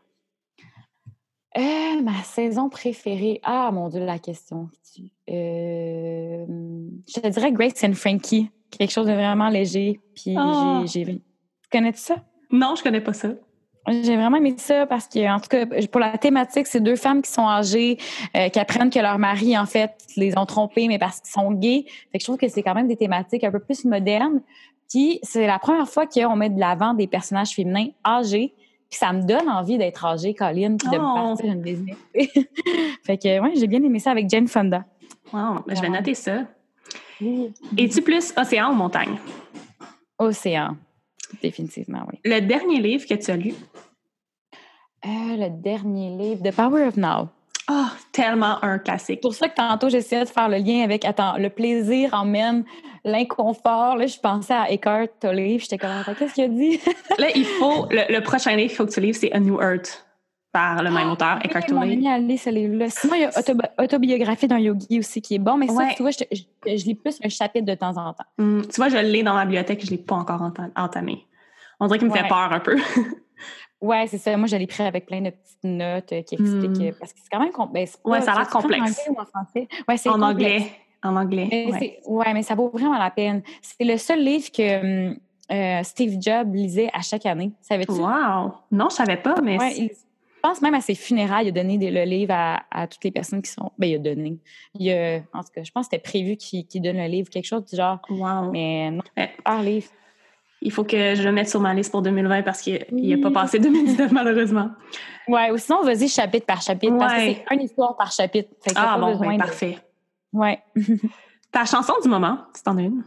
Ma saison préférée. Ah, mon Dieu, la question. Je te dirais Grace and Frankie. Quelque chose de vraiment léger. Puis Tu connais-tu ça? Non, je connais pas ça. J'ai vraiment aimé ça parce que, en tout cas, pour la thématique, c'est deux femmes qui sont âgées, qui apprennent que leur mari, en fait, les ont trompées, mais parce qu'ils sont gays. Fait que je trouve que c'est quand même des thématiques un peu plus modernes. Puis c'est la première fois qu'on met de l'avant des personnages féminins âgés. Puis ça me donne envie d'être âgée, Colline, puis de me partir une Disney. Fait que, ouais, j'ai bien aimé ça avec Jane Fonda. Wow, je vais noter ça. Oui. Es-tu plus océan ou montagne? Océan. Définitivement, oui. Le dernier livre que tu as lu? Le dernier livre, The Power of Now. Ah, tellement un classique. C'est pour ça que tantôt, j'essayais de faire le lien avec, le plaisir emmène l'inconfort. Là, je pensais à Eckhart Tolle. J'étais comme, qu'est-ce qu'il a dit? Là, le prochain livre qu'il faut que tu livres, c'est A New Earth par le même auteur, Eckhart Tolle. Mon ami a lu ce livre-là. Sinon, il y a Autobiographie d'un yogi aussi qui est bon, mais ça, tu vois, je lis plus un chapitre de temps en temps. Tu vois, je l'ai dans ma bibliothèque, je ne l'ai pas encore entamé. On dirait qu'il me fait peur un peu. Ouais, c'est ça. Moi, je l'ai pris avec plein de petites notes qui expliquent. Parce que c'est quand même complexe. Ouais, ça a l'air complexe. En anglais ou en français? Ouais, c'est en anglais. En anglais. Mais ça vaut vraiment la peine. C'est le seul livre que Steve Jobs lisait à chaque année. Savais-tu? Wow! Non, je savais pas, mais. Ouais, je pense même à ses funérailles, il a donné le livre à toutes les personnes qui sont. Ben, il a donné. En tout cas, je pense que c'était prévu qu'il donne le livre, quelque chose du genre. Wow! Mais non, un livre. Il faut que je le mette sur ma liste pour 2020 parce qu'il n'a pas passé 2019, malheureusement. Ouais, ou sinon, vas-y chapitre par chapitre, parce que c'est une histoire par chapitre. Fait que parfait. Ouais. Ta chanson du moment, si t'en as une?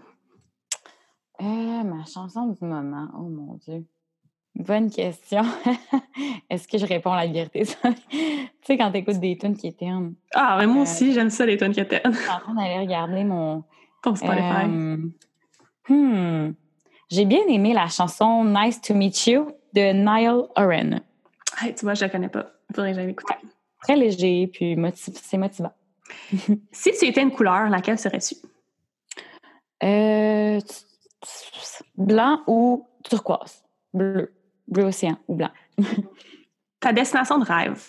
Ma chanson du moment, oh mon Dieu. Bonne question. Est-ce que je réponds à la vérité? Tu sais, quand t'écoutes des tunes qui éternent. Ah, mais moi aussi, j'aime ça, les tunes qui éternent. Je suis en train d'aller regarder ton Spotify. J'ai bien aimé la chanson Nice to Meet You de Niall Horan. Hey, tu vois, je la connais pas. Il faudrait que j'aille écouter. Très léger, puis c'est motivant. Si tu étais une couleur, laquelle serais-tu? Blanc ou turquoise? Bleu. Bleu océan ou blanc. Ta destination de rêve?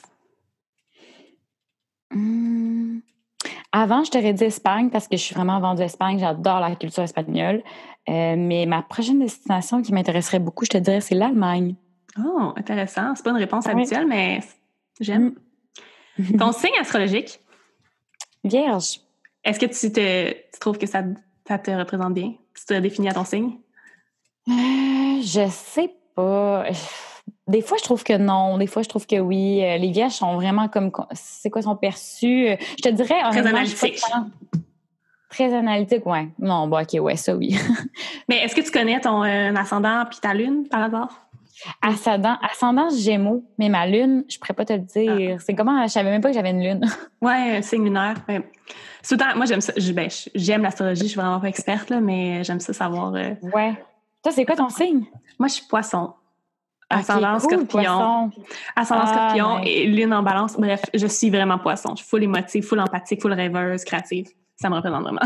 Avant, je t'aurais dit Espagne parce que je suis vraiment vendue à Espagne. J'adore la culture espagnole. Mais ma prochaine destination qui m'intéresserait beaucoup, je te dirais, c'est l'Allemagne. Oh, intéressant. C'est pas une réponse habituelle, mais j'aime. Ton signe astrologique? Vierge. Est-ce que tu trouves que ça te représente bien? Tu te définis à ton signe? Je sais pas. Des fois, je trouve que non. Des fois, je trouve que oui. Les vierges sont vraiment comme... C'est quoi, sont perçus? Je te dirais... Très analytique. Très analytique, ouais. Non, bon, OK, ouais, ça, oui. Mais est-ce que tu connais ton ascendant puis ta lune, par hasard? Ascendant Gémeaux, mais ma lune, je pourrais pas te le dire. C'est comment... Je savais même pas que j'avais une lune. Ouais, un signe lunaire. Souvent, moi, j'aime ça. J'aime l'astrologie. Je suis vraiment pas experte, là, mais j'aime ça savoir... Ouais. Toi, c'est quoi ton signe? Moi, je suis poisson. Ascendant cool, Scorpion. Poisson. Ascendant Scorpion nice. et lune en balance. Bref, je suis vraiment poisson. Je suis full émotive, full empathique, full rêveuse, créative. Ça me représente vraiment.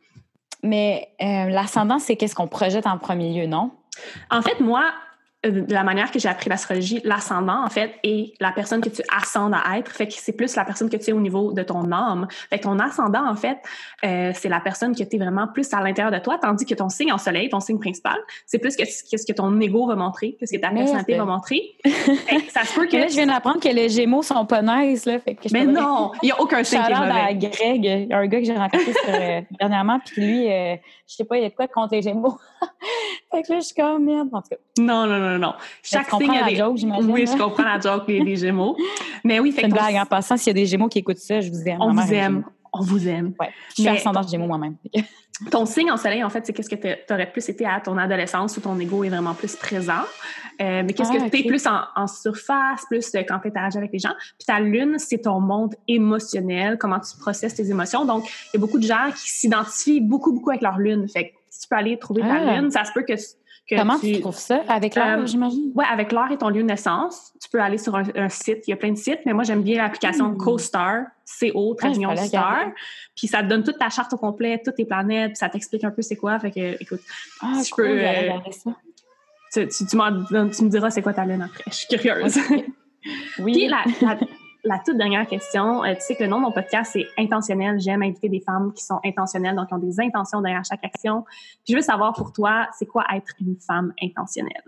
Mais l'ascendant, c'est qu'est-ce qu'on projette en premier lieu, non? En fait, moi, de la manière que j'ai appris l'astrologie, l'ascendant, en fait, est la personne que tu ascendes à être. Fait que c'est plus la personne que tu es au niveau de ton âme. Fait que ton ascendant, en fait, c'est la personne que tu es vraiment plus à l'intérieur de toi, tandis que ton signe en soleil, ton signe principal, c'est plus qu'est-ce que ton ego va montrer, qu'est-ce que ta personnalité va montrer. Fait que ça se peut que... Là, je viens d'apprendre que les Gémeaux sont pas nice, là. Fait que mais non! Il n'y a aucun signe qui est mauvais. À Greg, il y a un gars que j'ai rencontré dernièrement, puis lui, je sais pas, il y a de quoi contre les Gémeaux. Fait que là, je suis comme merde, en tout cas. Non. Chaque signe a des... joke, j'imagine. Oui, je comprends la joke des Gémeaux. Mais oui, fait c'est une blague en passant. S'il y a des Gémeaux qui écoutent ça, je vous aime. On vous aime. Ouais. Je suis ascendant Gémeaux moi-même. Ton signe en soleil, en fait, c'est qu'est-ce que tu aurais plus été à ton adolescence où ton ego est vraiment plus présent. Mais qu'est-ce que tu es plus en surface, plus quand tu interagis avec les gens. Puis ta lune, c'est ton monde émotionnel, comment tu processes tes émotions. Donc, il y a beaucoup de gens qui s'identifient beaucoup avec leur lune. Fait que si tu peux aller trouver ta lune, ça se peut que comment tu trouves ça? Avec l'heure, j'imagine? Oui, avec l'heure et ton lieu de naissance. Tu peux aller sur un site. Il y a plein de sites, mais moi, j'aime bien l'application CoStar, C-O-Star. Puis ça te donne toute ta charte au complet, toutes tes planètes, puis ça t'explique un peu c'est quoi. Fait que, écoute, tu peux... ça. Tu me diras c'est quoi ta lune après. Je suis curieuse. Okay. Oui. Puis la toute dernière question, tu sais que le nom de mon podcast, c'est Intentionnel. J'aime inviter des femmes qui sont intentionnelles, donc qui ont des intentions derrière chaque action. Puis je veux savoir pour toi, c'est quoi être une femme intentionnelle?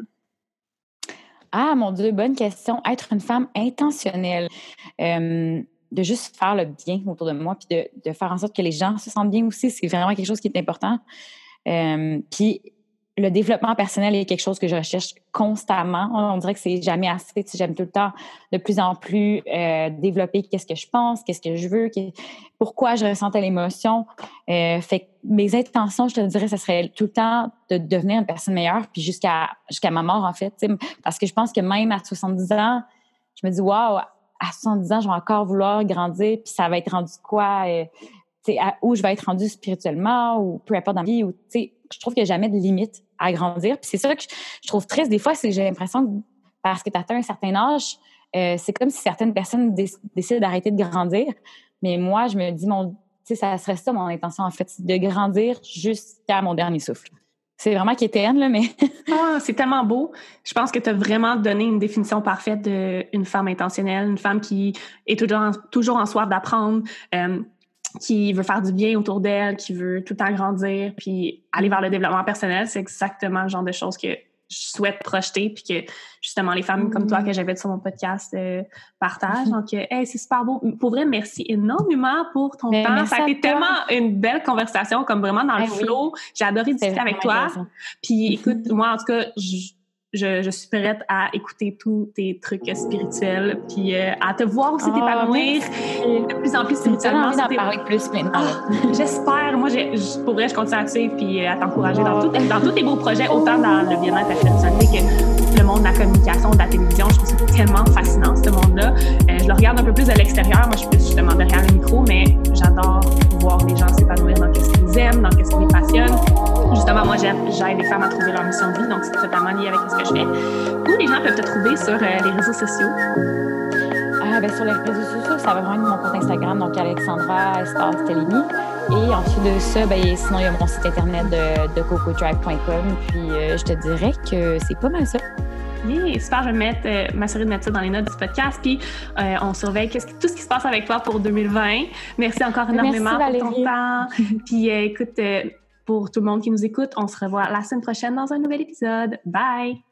Ah, mon Dieu, bonne question. Être une femme intentionnelle. De juste faire le bien autour de moi, puis de faire en sorte que les gens se sentent bien aussi, c'est vraiment quelque chose qui est important. Puis le développement personnel est quelque chose que je recherche constamment. On dirait que c'est jamais assez. J'aime tout le temps de plus en plus développer qu'est-ce que je pense, qu'est-ce que je veux, pourquoi je ressens telle émotion. Fait que mes intentions, je te dirais, ce serait tout le temps de devenir une personne meilleure, puis jusqu'à ma mort, en fait. Parce que je pense que même à 70 ans, je me dis, waouh, à 70 ans, je vais encore vouloir grandir, puis ça va être rendu quoi? Où je vais être rendue spirituellement, ou peu importe dans la vie, ou je trouve qu'il n'y a jamais de limite à grandir. Puis c'est ça que je trouve triste des fois, c'est que j'ai l'impression que parce que tu atteins un certain âge, c'est comme si certaines personnes décident d'arrêter de grandir. Mais moi, je me dis, ça serait ça mon intention, en fait, de grandir jusqu'à mon dernier souffle. C'est vraiment quétaine, là, mais... c'est tellement beau. Je pense que tu as vraiment donné une définition parfaite d'une femme intentionnelle, une femme qui est toujours en soif d'apprendre, qui veut faire du bien autour d'elle, qui veut tout le temps grandir, puis aller vers le développement personnel. C'est exactement le genre de choses que je souhaite projeter, puis que justement les femmes comme toi que j'invite sur mon podcast partagent. Donc, c'est super beau. Pour vrai, merci énormément pour ton temps. Ça a été tellement une belle conversation, comme vraiment dans le flow. J'ai adoré discuter avec toi. Puis écoute, moi, en tout cas, je suis prête à écouter tous tes trucs spirituels, puis à te voir aussi t'épanouir de plus en plus spirituellement. J'ai envie d'en parler plus maintenant. J'espère. Moi, pour vrai, je continue à te suivre puis à t'encourager dans tous tes beaux projets, autant dans le bien-être, la spiritualité que le monde de la communication, de la télévision. Je trouve ça tellement fascinant, ce monde-là. Je le regarde un peu plus de l'extérieur. Moi, je suis plus justement derrière le micro, mais j'adore voir les gens s'épanouir dans ce qu'ils aiment, dans ce qui les passionne. Justement, moi, j'aide les femmes à trouver leur mission de vie, donc c'est totalement lié avec ce que je fais. Où les gens peuvent te trouver sur les réseaux sociaux? Sur les réseaux sociaux, ça va vraiment être mon compte Instagram, donc Alexandra Stellini. Et ensuite de ça, sinon, il y a mon site internet de cocotribe.com. Puis, je te dirais que c'est pas mal ça. Yeah, super, je vais m'assurer de mettre ça dans les notes du podcast. Puis, on surveille tout ce qui se passe avec toi pour 2020. Merci encore énormément pour ton temps. Puis, écoute... pour tout le monde qui nous écoute, on se revoit la semaine prochaine dans un nouvel épisode. Bye!